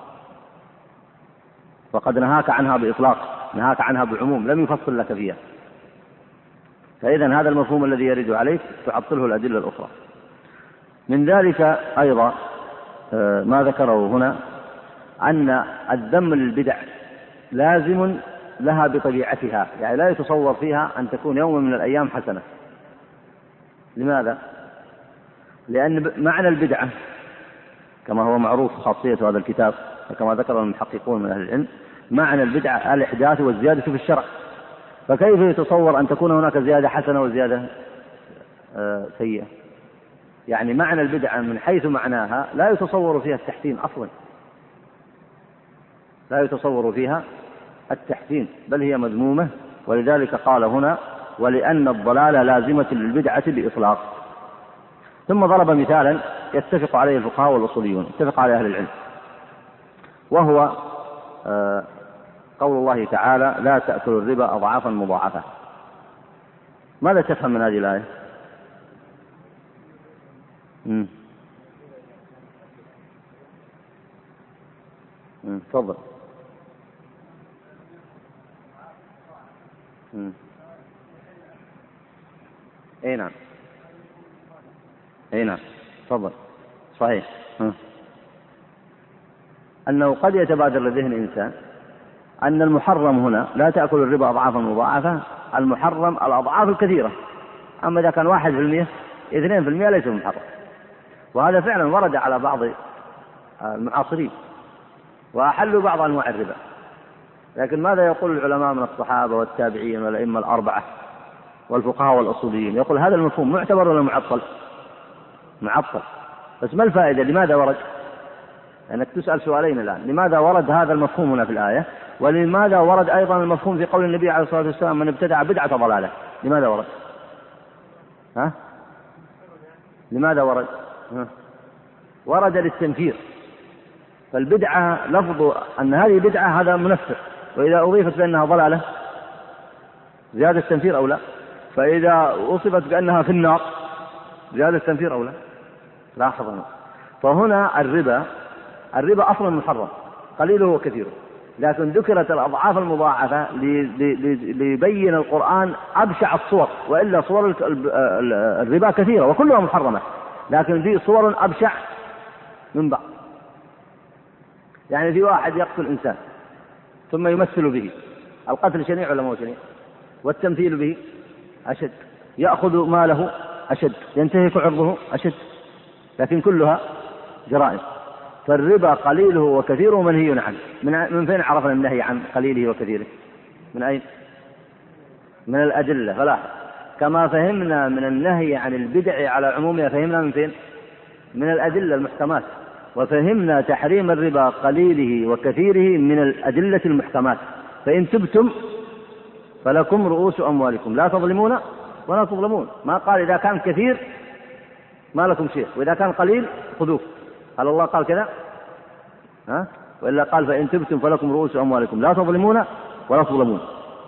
وقد نهاك عنها بإطلاق، نهاك عنها بعموم، لم يفصل لك فيها. فإذا هذا المفهوم الذي يرد عليك تعطله الأدلة الأخرى. من ذلك أيضا ما ذكره هنا أن الذم للبدع لازم لها بطبيعتها، يعني لا يتصور فيها أن تكون يوم من الأيام حسنة. لماذا؟ لأن معنى البدعة كما هو معروف خاصية هذا الكتاب وكما ذكر المحققون من أهل العلم، معنى البدعة الإحداث والزيادة في الشرع. فكيف يتصور أن تكون هناك زيادة حسنة وزيادة آه سيئة؟ يعني معنى البدعة من حيث معناها لا يتصور فيها التحسين أصلا، لا يتصور فيها التحسين، بل هي مذمومة. ولذلك قال هنا: ولأن الضلالة لازمة للبدعة بإطلاق. ثم ضرب مثالا يتفق عليه الفقهاء والأصوليون، اتفق عليه أهل العلم، وهو قول الله تعالى: لا تأكلوا الربا أضعافا مضاعفة. ماذا تفهم من هذه الآية؟ امم تفضل. اي نعم، اي نعم، تفضل. صحيح. م. أنه قد يتبادر لذهن إنسان أن المحرم هنا لا تأكل الربا أضعافا مضاعفة، المحرم الأضعاف الكثيرة، أما إذا كان واحد في المئة اثنين في المئة ليس محرم. وهذا فعلا ورد على بعض المعاصرين وأحلوا بعض أنواع الربا. لكن ماذا يقول العلماء من الصحابة والتابعين والأئمة الأربعة والفقهاء والأصوليين؟ يقول هذا المفهوم معتبر ولا معطل؟ معطل. بس ما الفائدة؟ لماذا ورد؟ لأنك تسأل سؤالين الآن: لماذا ورد هذا المفهوم هنا في الآية؟ ولماذا ورد أيضا المفهوم في قول النبي عليه الصلاة والسلام: من ابتدع بدعة ضلالة؟ لماذا ورد؟ ها؟ لماذا ورد؟ ها؟ ورد للتنفير. فالبدعة لفظ أن هذه بدعة هذا منفر، وإذا أضيفت بأنها ضلالة زيادة تنفير أو لا؟ فإذا وصفت بأنها في النار زيادة تنفير أو لا؟ لاحظ هنا. فهنا الربا الربا أصلا محرم قليله وكثيره، لكن ذكرت الأضعاف المضاعفة ليبين القرآن أبشع الصور، وإلا صور الربا كثيرة وكلها محرمة، لكن في صور أبشع من بعض. يعني في واحد يقتل إنسان ثم يمثل به، القتل شنيع ولا مو شنيع؟ والتمثيل به أشد، يأخذ ماله أشد، ينتهك عرضه أشد، لكن كلها جرائم. فالربا قليله وكثيره منهي عنه. من فين عرفنا النهي عن قليله وكثيره؟ من أين؟ من الأدلة. فلا كما فهمنا من النهي عن البدع على عمومها، فهمنا من فين؟ من الأدلة المحكمات. وفهمنا تحريم الربا قليله وكثيره من الأدلة المحكمات. فإن تبتم فلكم رؤوس أموالكم لا تظلمون ولا تظلمون. ما قال إذا كان كثير ما لكم شيء، وإذا كان قليل خذوه. هل الله قال كذا؟ ها؟ وإلا قال: فإن تبتم فلكم رؤوس أموالكم لا تظلمون ولا تظلمون.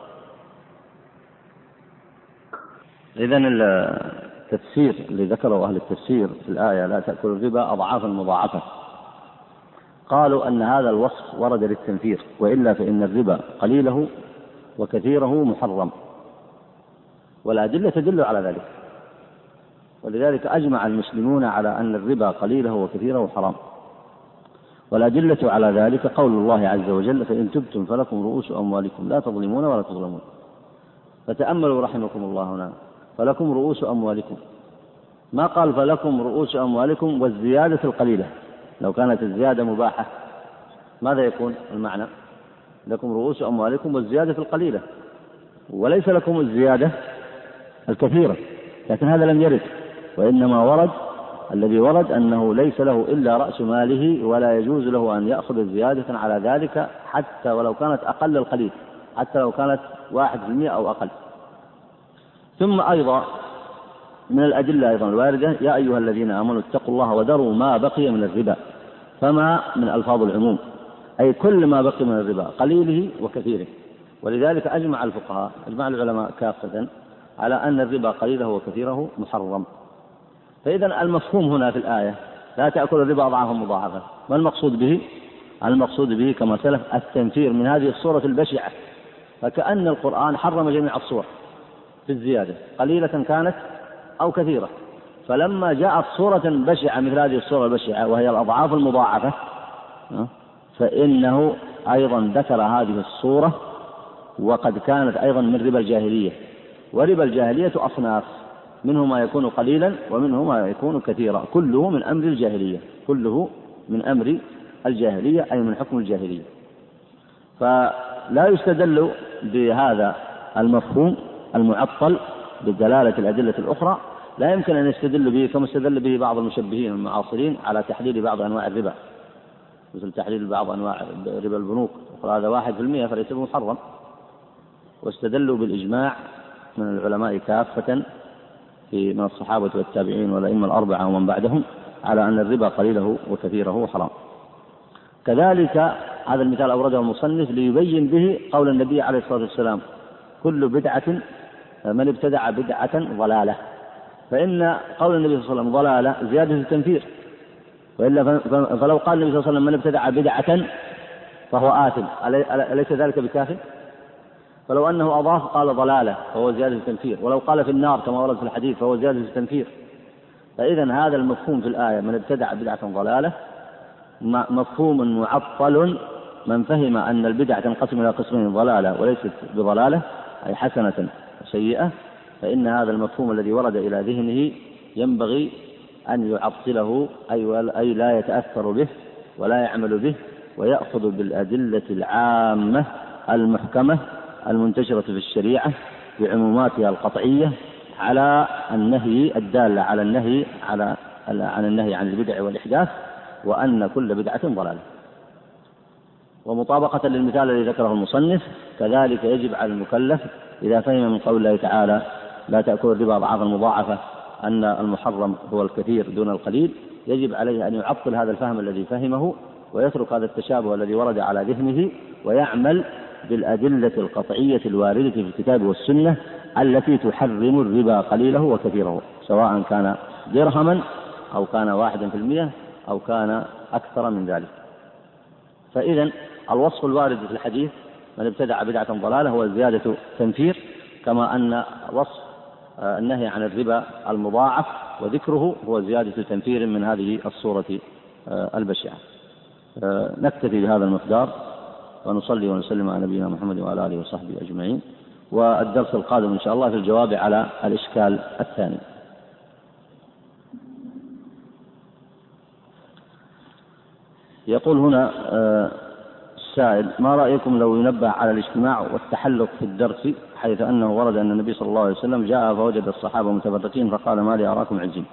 إذن التفسير اللي ذكره أهل التفسير في الآية لا تأكل الربا أضعافا مضاعفة، قالوا أن هذا الوصف ورد للتنفير، وإلا فإن الربا قليله وكثيره محرم، والأدلة تدل على ذلك. ولذلك أجمع المسلمون على أن الربا قليله وكثيره حرام، والأدلة على ذلك قول الله عز وجل: فإن تبتم فلكم رؤوس أموالكم لا تظلمون ولا تظلمون. فتأملوا رحمكم الله هنا: فلكم رؤوس أموالكم، ما قال فلكم رؤوس أموالكم والزيادة القليلة. لو كانت الزيادة مباحة ماذا يكون المعنى؟ لكم رؤوس أموالكم والزيادة القليلة، وليس لكم الزيادة الكثيرة. لكن هذا لم يرد، وإنما ورد الذي ورد أنه ليس له إلا رأس ماله، ولا يجوز له أن يأخذ زيادة على ذلك حتى ولو كانت أقل القليل، حتى لو كانت واحد في المئة أو أقل. ثم أيضا من الأدلة أيضا الواردة: يا أيها الذين آمنوا اتقوا الله وذروا ما بقي من الربا. فما من ألفاظ العموم، أي كل ما بقي من الربا قليله وكثيره. ولذلك أجمع الفقهاء أجمع العلماء كافة على أن الربا قليله وكثيره محرم. فإذا المفهوم هنا في الآية لا تأكل الربا أضعافا مضاعفة، ما المقصود به؟ المقصود به كما سلف التنفير من هذه الصورة البشعة. فكأن القرآن حرم جميع الصور في الزيادة قليلة كانت أو كثيرة، فلما جاءت صورة بشعة مثل هذه الصورة البشعة وهي الأضعاف المضاعفة، فإنه أيضا ذكر هذه الصورة، وقد كانت أيضا من ربا الجاهلية. وربا الجاهلية أصناف، منه ما يكون قليلا ومنه ما يكون كثيرا، كله من أمر الجاهلية، كله من أمر الجاهلية أي من حكم الجاهلية. فلا يستدل بهذا المفهوم المعطل بدلالة الأدلة الأخرى، لا يمكن أن يستدل به كما استدل به بعض المشبهين المعاصرين على تحليل بعض أنواع الربا، مثل تحليل بعض أنواع ربا البنوك، وهذا واحد في المئة فليس محرم. واستدلوا بالإجماع من العلماء كافة في من الصحابة والتابعين والأئمة الأربعة ومن بعدهم على أن الربا قليله وكثيره حرام. كذلك هذا المثال أورده المصنف ليبين به قول النبي عليه الصلاة والسلام: كل بدعة من ابتدع بدعة ضلالة. فإن قول النبي صلى الله عليه وسلم ضلالة زيادة التنفير، وإلا فلو قال النبي صلى الله عليه وسلم من ابتدع بدعة فهو آثم، أليس ذلك بكافٍ؟ فلو أنه أضاف قال ضلالة فهو زيادة التنفير، ولو قال في النار كما ورد في الحديث فهو زيادة التنفير. فإذا هذا المفهوم في الآية من ابتدع بدعة ضلالة مفهوم معطل. من فهم أن البدعة تنقسم إلى قسمين: ضلالة وليست بضلالة، أي حسنة سيئة، فإن هذا المفهوم الذي ورد إلى ذهنه ينبغي أن يعطله، أي لا يتأثر به ولا يعمل به، ويأخذ بالأدلة العامة المحكمة المنتشرة في الشريعة بعموماتها القطعية على النهي الدالة على النهي على عن النهي عن البدع والإحداث، وأن كل بدعة ضلالة. ومطابقة للمثال الذي ذكره المصنف، كذلك يجب على المكلف إذا فهم من قول الله تعالى: لا تأكل الربا أضعافا مضاعفة، أن المحرم هو الكثير دون القليل، يجب عليه أن يعطل هذا الفهم الذي فهمه ويترك هذا التشابه الذي ورد على ذهنه، ويعمل بالأدلة القطعية الواردة في الكتاب والسنة التي تحرم الربا قليله وكثيره، سواء كان درهما أو كان واحدا في المئة أو كان أكثر من ذلك. فإذا الوصف الوارد في الحديث من ابتدع بدعة ضلالة هو زيادة تنفير، كما أن وصف النهي عن الربا المضاعف وذكره هو زيادة تنفير من هذه الصورة البشعة. نكتفي بهذا المقدار ونصلي ونسلم على نبينا محمد وعلى آله وصحبه أجمعين، والدرس القادم إن شاء الله في الجواب على الإشكال الثاني. يقول هنا السائل: ما رأيكم لو ينبه على الاجتماع والتحلق في الدرس، حيث أنه ورد أن النبي صلى الله عليه وسلم جاء فوجد الصحابة متفرقين فقال: ما لي أراكم عزين.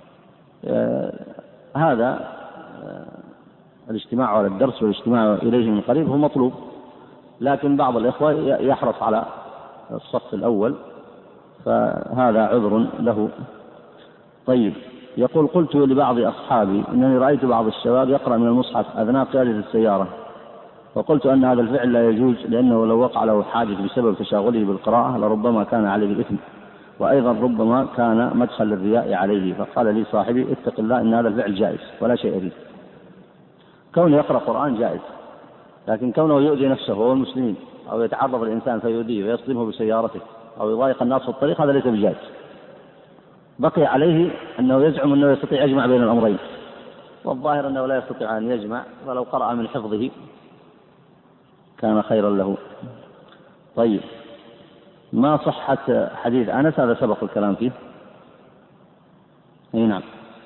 هذا الاجتماع على الدرس والاجتماع إليه من قريب هو مطلوب، لكن بعض الإخوة يحرص على الصف الأول، فهذا عذر له. طيب، يقول: قلت لبعض أصحابي إنني رأيت بعض الشباب يقرأ من المصحف أثناء قيادة السيارة، وقلت أن هذا الفعل لا يجوز، لأنه لو وقع له حادث بسبب تشاغله بالقراءة لربما كان عليه الإثم، وأيضا ربما كان مدخل الرياء عليه. فقال لي صاحبي: اتق الله، إن هذا الفعل جائز ولا شيء فيه. كونه يقرأ قرآن جائز، لكن كونه يؤذي نفسه والمسلمين أو يتعرض الإنسان فيؤذيه ويصدمه بسيارته أو يضايق الناس في الطريق، هذا ليس بجائز. بقي عليه أنه يزعم أنه يستطيع يجمع بين الأمرين، والظاهر أنه لا يستطيع أن يجمع، ولو قرأ من حفظه كان خيرا له. طيب، ما صحة حديث أنس؟ هذا سبق الكلام فيه. نعم،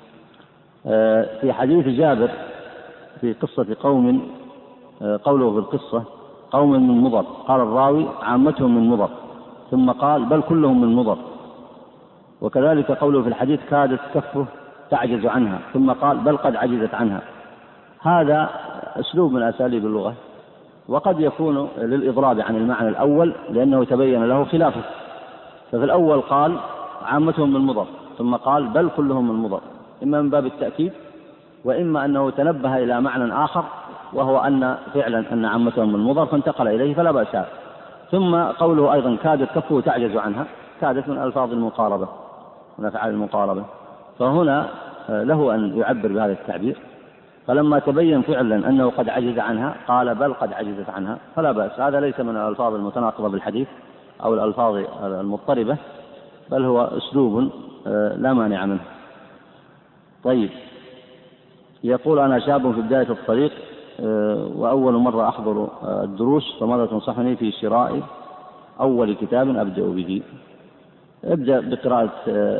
في حديث جابر في قصة قوم، قوله في القصة: قوم من مضر، قال الراوي: عامتهم من مضر، ثم قال: بل كلهم من مضر. وكذلك قوله في الحديث: كادت كفه تعجز عنها، ثم قال: بل قد عجزت عنها. هذا أسلوب من أساليب اللغة، وقد يكون للإضراب عن المعنى الأول لأنه تبين له خلافه. ففي الأول قال: عامتهم من مضر، ثم قال: بل كلهم من مضر، إما من باب التأكيد، وإما أنه تنبه إلى معنى آخر وهو أن فعلا أن عامتهم من مضر فانتقل إليه فلا بأس. ثم قوله أيضا: كادت كفه تعجز عنها، كادت من ألفاظ المقاربة، من أفعال المقاربة، فهنا له أن يعبر بهذا التعبير. فلما تبين فعلا أنه قد عجز عنها قال: بل قد عجزت عنها، فلا بأس. هذا ليس من الألفاظ المتناقضة بالحديث أو الألفاظ المضطربة، بل هو أسلوب لا مانع منه. طيب، يقول: أنا شاب في بداية الطريق وأول مرة أحضر الدروس، فماذا تنصحني في شراء أول كتاب أبدأ به؟ ابدأ بقراءة،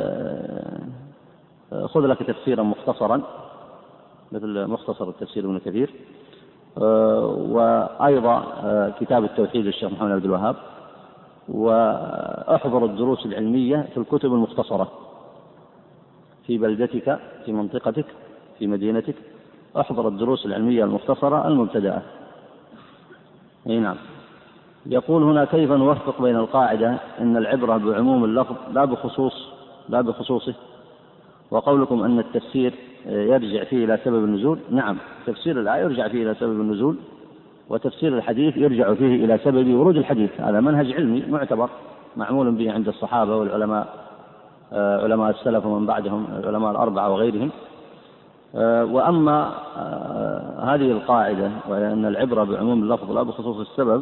خذ لك تفسيرا مختصرا مثل مختصر التفسير ابن كثير، وأيضا كتاب التوحيد للشيخ محمد عبد الوهاب، وأحضر الدروس العلمية في الكتب المختصرة في بلدتك، في منطقتك، في مدينتك، أحضر الدروس العلمية المختصرة المبتدأة. نعم. يقول هنا: كيف نوفق بين القاعدة إن العبرة بعموم اللفظ لا بخصوص لا بخصوصه. وقولكم أن التفسير يرجع فيه إلى سبب النزول، نعم، تفسير الآية يرجع فيه إلى سبب النزول، وتفسير الحديث يرجع فيه إلى سبب ورود الحديث. هذا منهج علمي معتبر معمول به عند الصحابة والعلماء، علماء السلف ومن بعدهم، العلماء الأربعة وغيرهم. وأما هذه القاعدة وأن العبرة بعموم اللفظ لا بخصوص السبب،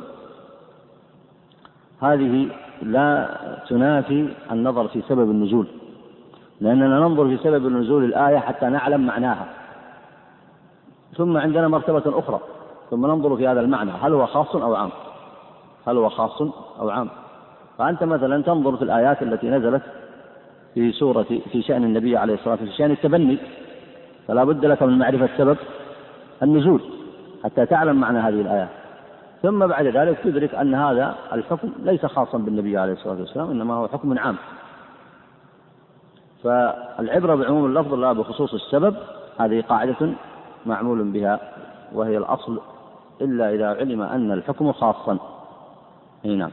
هذه لا تنافي النظر في سبب النزول، لأننا ننظر في سبب النزول الآية حتى نعلم معناها، ثم عندنا مرتبة أخرى ثم ننظر في هذا المعنى هل هو خاص أو عام، هل هو خاص أو عام. فأنت مثلا تنظر في الآيات التي نزلت في سورة في شأن النبي عليه الصلاة والسلام في شأن التبني، فلا بد لك من معرفة سبب النزول حتى تعلم معنى هذه الآيات، ثم بعد ذلك تدرك أن هذا الحكم ليس خاصا بالنبي عليه الصلاة والسلام، إنما هو حكم عام. فالعبرة بعموم اللفظ لا بخصوص السبب، هذه قاعدة معمول بها وهي الأصل، إلا إذا علم أن الحكم خاصا. نعم.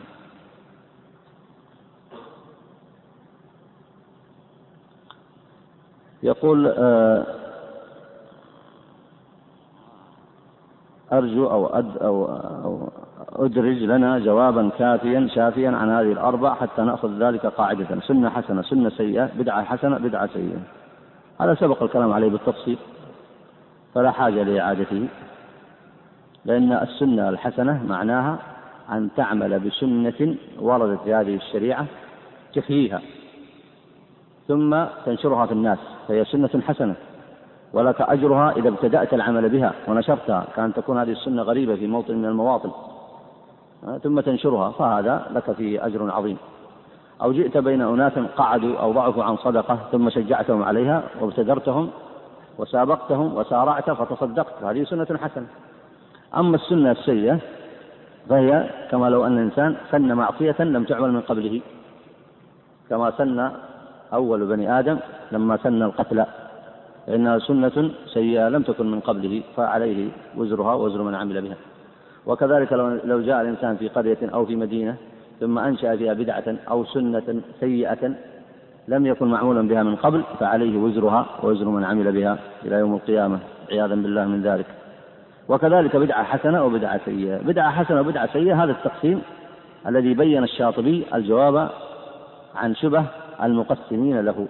يقول أرجو أو, أد أو, أو أدرج لنا جوابا كافيا شافيا عن هذه الأربع حتى نأخذ ذلك قاعدة: سنة حسنة، سنة سيئة، بدعة حسنة، بدعة سيئة. هذا سبق الكلام عليه بالتفصيل فلا حاجة لإعادته، لأن السنة الحسنة معناها أن تعمل بسنة وردت في هذه الشريعة تحييها ثم تنشرها في الناس، فهي سنة حسنة ولك أجرها إذا ابتدأت العمل بها ونشرتها، كان تكون هذه السنة غريبة في موطن من المواطن ثم تنشرها، فهذا لك فيه أجر عظيم. أو جئت بين أناس قعدوا أو ضعفوا عن صدقة ثم شجعتهم عليها وابتدرتهم وسابقتهم وسارعت فتصدقت، هذه سنة حسنة. أما السنة السيئة فهي كما لو أن الإنسان سن معصية لم تعمل من قبله، كما سن أول بني آدم لما سن القتل، إنها سنة سيئة لم تكن من قبله فعليه وزرها ووزر من عمل بها. وكذلك لو جاء الإنسان في قرية أو في مدينة ثم أنشأ فيها بدعة أو سنة سيئة لم يكن معمولا بها من قبل فعليه وزرها ووزر من عمل بها إلى يوم القيامة عياذا بالله من ذلك. وكذلك بدعة حسنة وبدعة سيئة. بدعة حسنة وبدعة سيئة هذا التقسيم الذي بين الشاطبي الجواب عن شبه المقسمين له،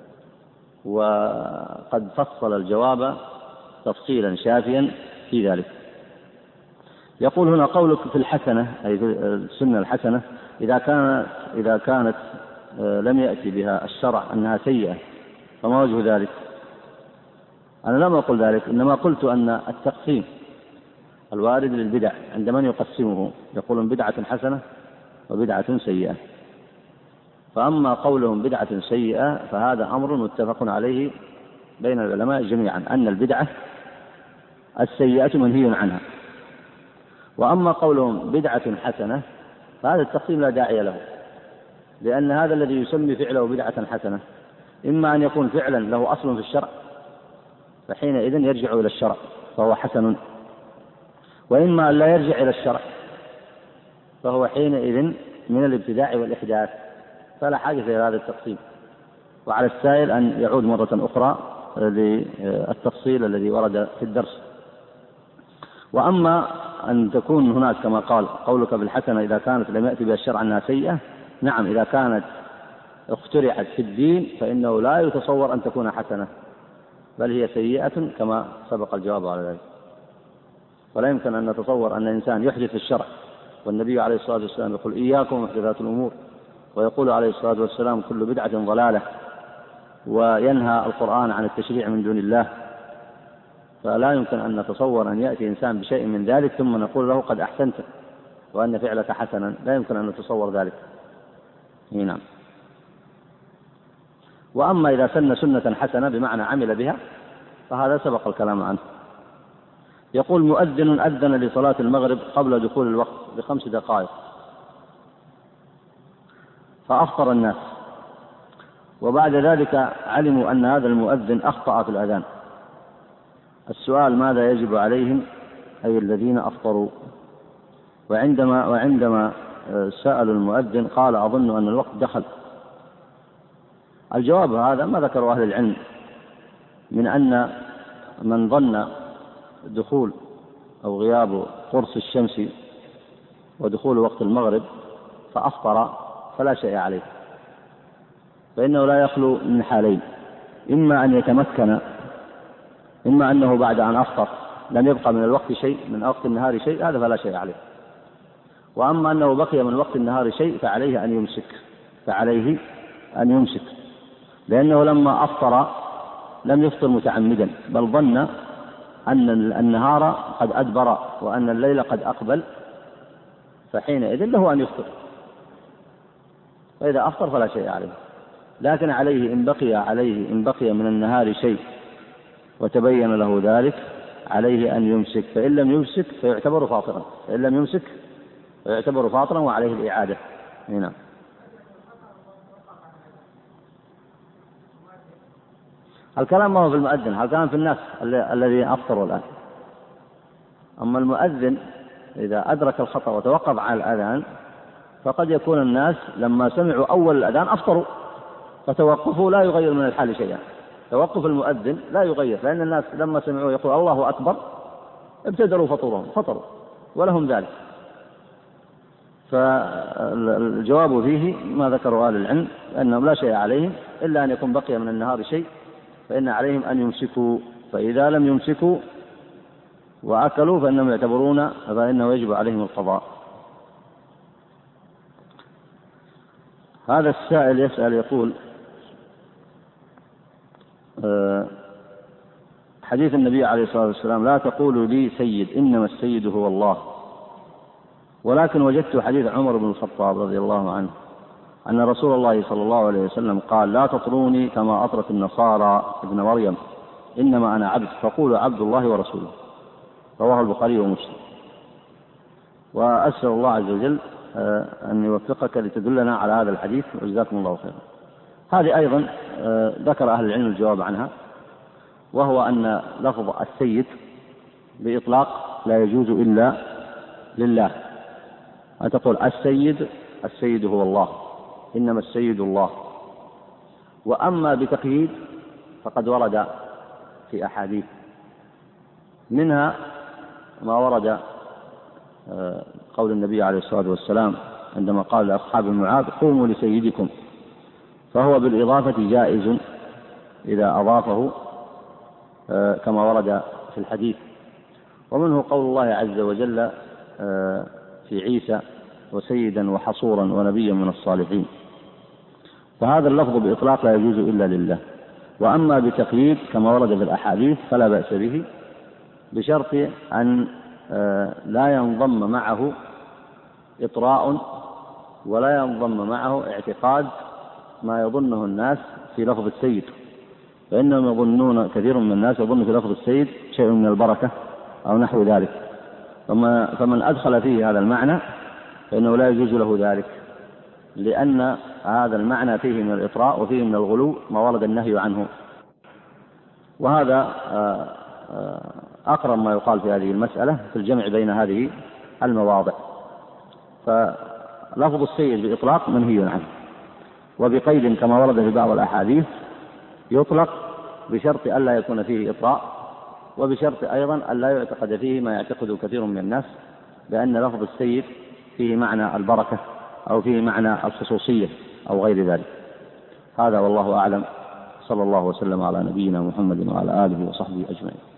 وقد فصل الجواب تفصيلا شافيا في ذلك. يقول هنا قولك في الحسنة أي في السنة الحسنة إذا كانت, إذا كانت لم يأتي بها الشرع أنها سيئة فما وجه ذلك؟ أنا لم أقل ذلك، إنما قلت أن التقسيم الوارد للبدع عند من يقسمه يقولون بدعة حسنة وبدعة سيئة. فأما قولهم بدعة سيئة فهذا أمر متفق عليه بين العلماء جميعا أن البدعة السيئة منهي عنها. وأما قولهم بدعة حسنة فهذا التقسيم لا داعي له، لأن هذا الذي يسمي فعله بدعة حسنة إما أن يكون فعلا له أصل في الشرع فحينئذ يرجع إلى الشرع فهو حسن، وإما أن لا يرجع إلى الشرع فهو حينئذ من الابتداع والإحداث، فلا حاجة في هذا التقسيم. وعلى السائل أن يعود مرة أخرى للتفصيل الذي ورد في الدرس. وأما أن تكون هناك كما قال قولك بالحسنة إذا كانت لم يأتي بها الشرع أنها سيئة، نعم إذا كانت اخترعت في الدين فإنه لا يتصور أن تكون حسنة بل هي سيئة كما سبق الجواب على ذلك. ولا يمكن أن نتصور أن الإنسان يحدث في الشرع، والنبي عليه الصلاة والسلام يقول إياكم محدثات الأمور، ويقول عليه الصلاة والسلام كل بدعة ضلالة، وينهى القرآن عن التشريع من دون الله. فلا يمكن أن نتصور أن يأتي إنسان بشيء من ذلك ثم نقول له قد أحسنت وأن فعلك حسنا، لا يمكن أن نتصور ذلك. نعم. وأما إذا سن سنة حسنة بمعنى عمل بها فهذا سبق الكلام عنه. يقول مؤذن أذن لصلاة المغرب قبل دخول الوقت بخمس دقائق فأفطر الناس، وبعد ذلك علموا أن هذا المؤذن أخطأ في الأذان. السؤال ماذا يجب عليهم أي الذين أفطروا؟ وعندما, وعندما سألوا المؤذن قال أظن أن الوقت دخل، الجواب هذا ما ذكره أهل العلم من أن من ظن دخول أو غياب قرص الشمس ودخول وقت المغرب فأفطر فلا شيء عليه، فإنه لا يخلو من حالين: إما أن يتمكن، إما أنه بعد أن أفطر لم يبقى من الوقت شيء، من وقت النهار شيء، هذا فلا شيء عليه. وأما أنه بقي من وقت النهار شيء فعليه أن يمسك فعليه أن يمسك لأنه لما أفطر لم يفطر متعمدا، بل ظن أن النهار قد أدبر وأن الليل قد أقبل، فحينئذ له أن يفطر، فإذا أفطر فلا شيء عليه. لكن عليه إن بقي عليه إن بقي من النهار شيء وتبين له ذلك عليه أن يمسك، فإن لم يمسك فيعتبر فاطرا فإن لم يمسك فيعتبر فاطرا وعليه الإعادة. هنا الكلام ما هو في المؤذن، الكلام في الناس الذين أفطروا الآن. أما المؤذن إذا أدرك الخطأ وتوقف على الأذان فقد يكون الناس لما سمعوا أول الأذان أفطروا، فتوقفوا لا يغير من الحال شيئا. توقف المؤذن لا يغير، لأن الناس لما سمعوا يقول الله أكبر ابتدروا فطورهم فطروا ولهم ذلك. فالجواب فيه ما ذكروا أهل العلم أنهم لا شيء عليهم إلا أن يكون بقي من النهار شيء، فإن عليهم أن يمسكوا، فإذا لم يمسكوا وأكلوا فإنهم يعتبرون فإنه يجب عليهم القضاء. هذا السائل يسأل يقول: حديث النبي عليه الصلاة والسلام لا تقولوا لي سيد إنما السيد هو الله، ولكن وجدت حديث عمر بن الخطاب رضي الله عنه أن رسول الله صلى الله عليه وسلم قال: لا تطروني كما أطرت النصارى ابن مريم، إنما أنا عبد فقولوا عبد الله ورسوله. رواه البخاري ومسلم. وأسأل الله عز وجل أن يوفقك لتدلنا على هذا الحديث، وجزاكم الله خيرا. هذه أيضا ذكر أهل العلم الجواب عنها، وهو أن لفظ السيد بإطلاق لا يجوز إلا لله. أن تقول السيد السيد هو الله، إنما السيد الله. وأما بتقييد فقد ورد في أحاديث، منها ما ورد قول النبي عليه الصلاة والسلام عندما قال لأصحاب معاذ قوموا لسيدكم، فهو بالإضافة جائز إذا أضافه كما ورد في الحديث. ومنه قول الله عز وجل في عيسى وسيدا وحصورا ونبيا من الصالحين، فهذا اللفظ بإطلاق لا يجوز إلا لله. وأما بتقييد كما ورد في الأحاديث فلا بأس به، بشرط أن لا ينضم معه إطراء ولا ينضم معه اعتقاد ما يظنه الناس في لفظ السيد، فإنهم يظنون كثير من الناس يظن في لفظ السيد شيء من البركة أو نحو ذلك، فمن أدخل فيه هذا المعنى فإنه لا يجوز له ذلك، لأن هذا المعنى فيه من الإطراء وفيه من الغلو ما ورد النهي عنه. وهذا أقرب ما يقال في هذه المسألة في الجمع بين هذه المواضع. فلفظ السيد بإطلاق منهي عنه، وبقيد كما ورد في بعض الأحاديث يطلق بشرط ألا يكون فيه إطراء، وبشرط أيضا ألا يعتقد فيه ما يعتقد كثير من الناس بأن لفظ السيد فيه معنى البركة أو فيه معنى الخصوصية أو غير ذلك. هذا والله أعلم، صلى الله وسلم على نبينا محمد وعلى آله وصحبه أجمعين.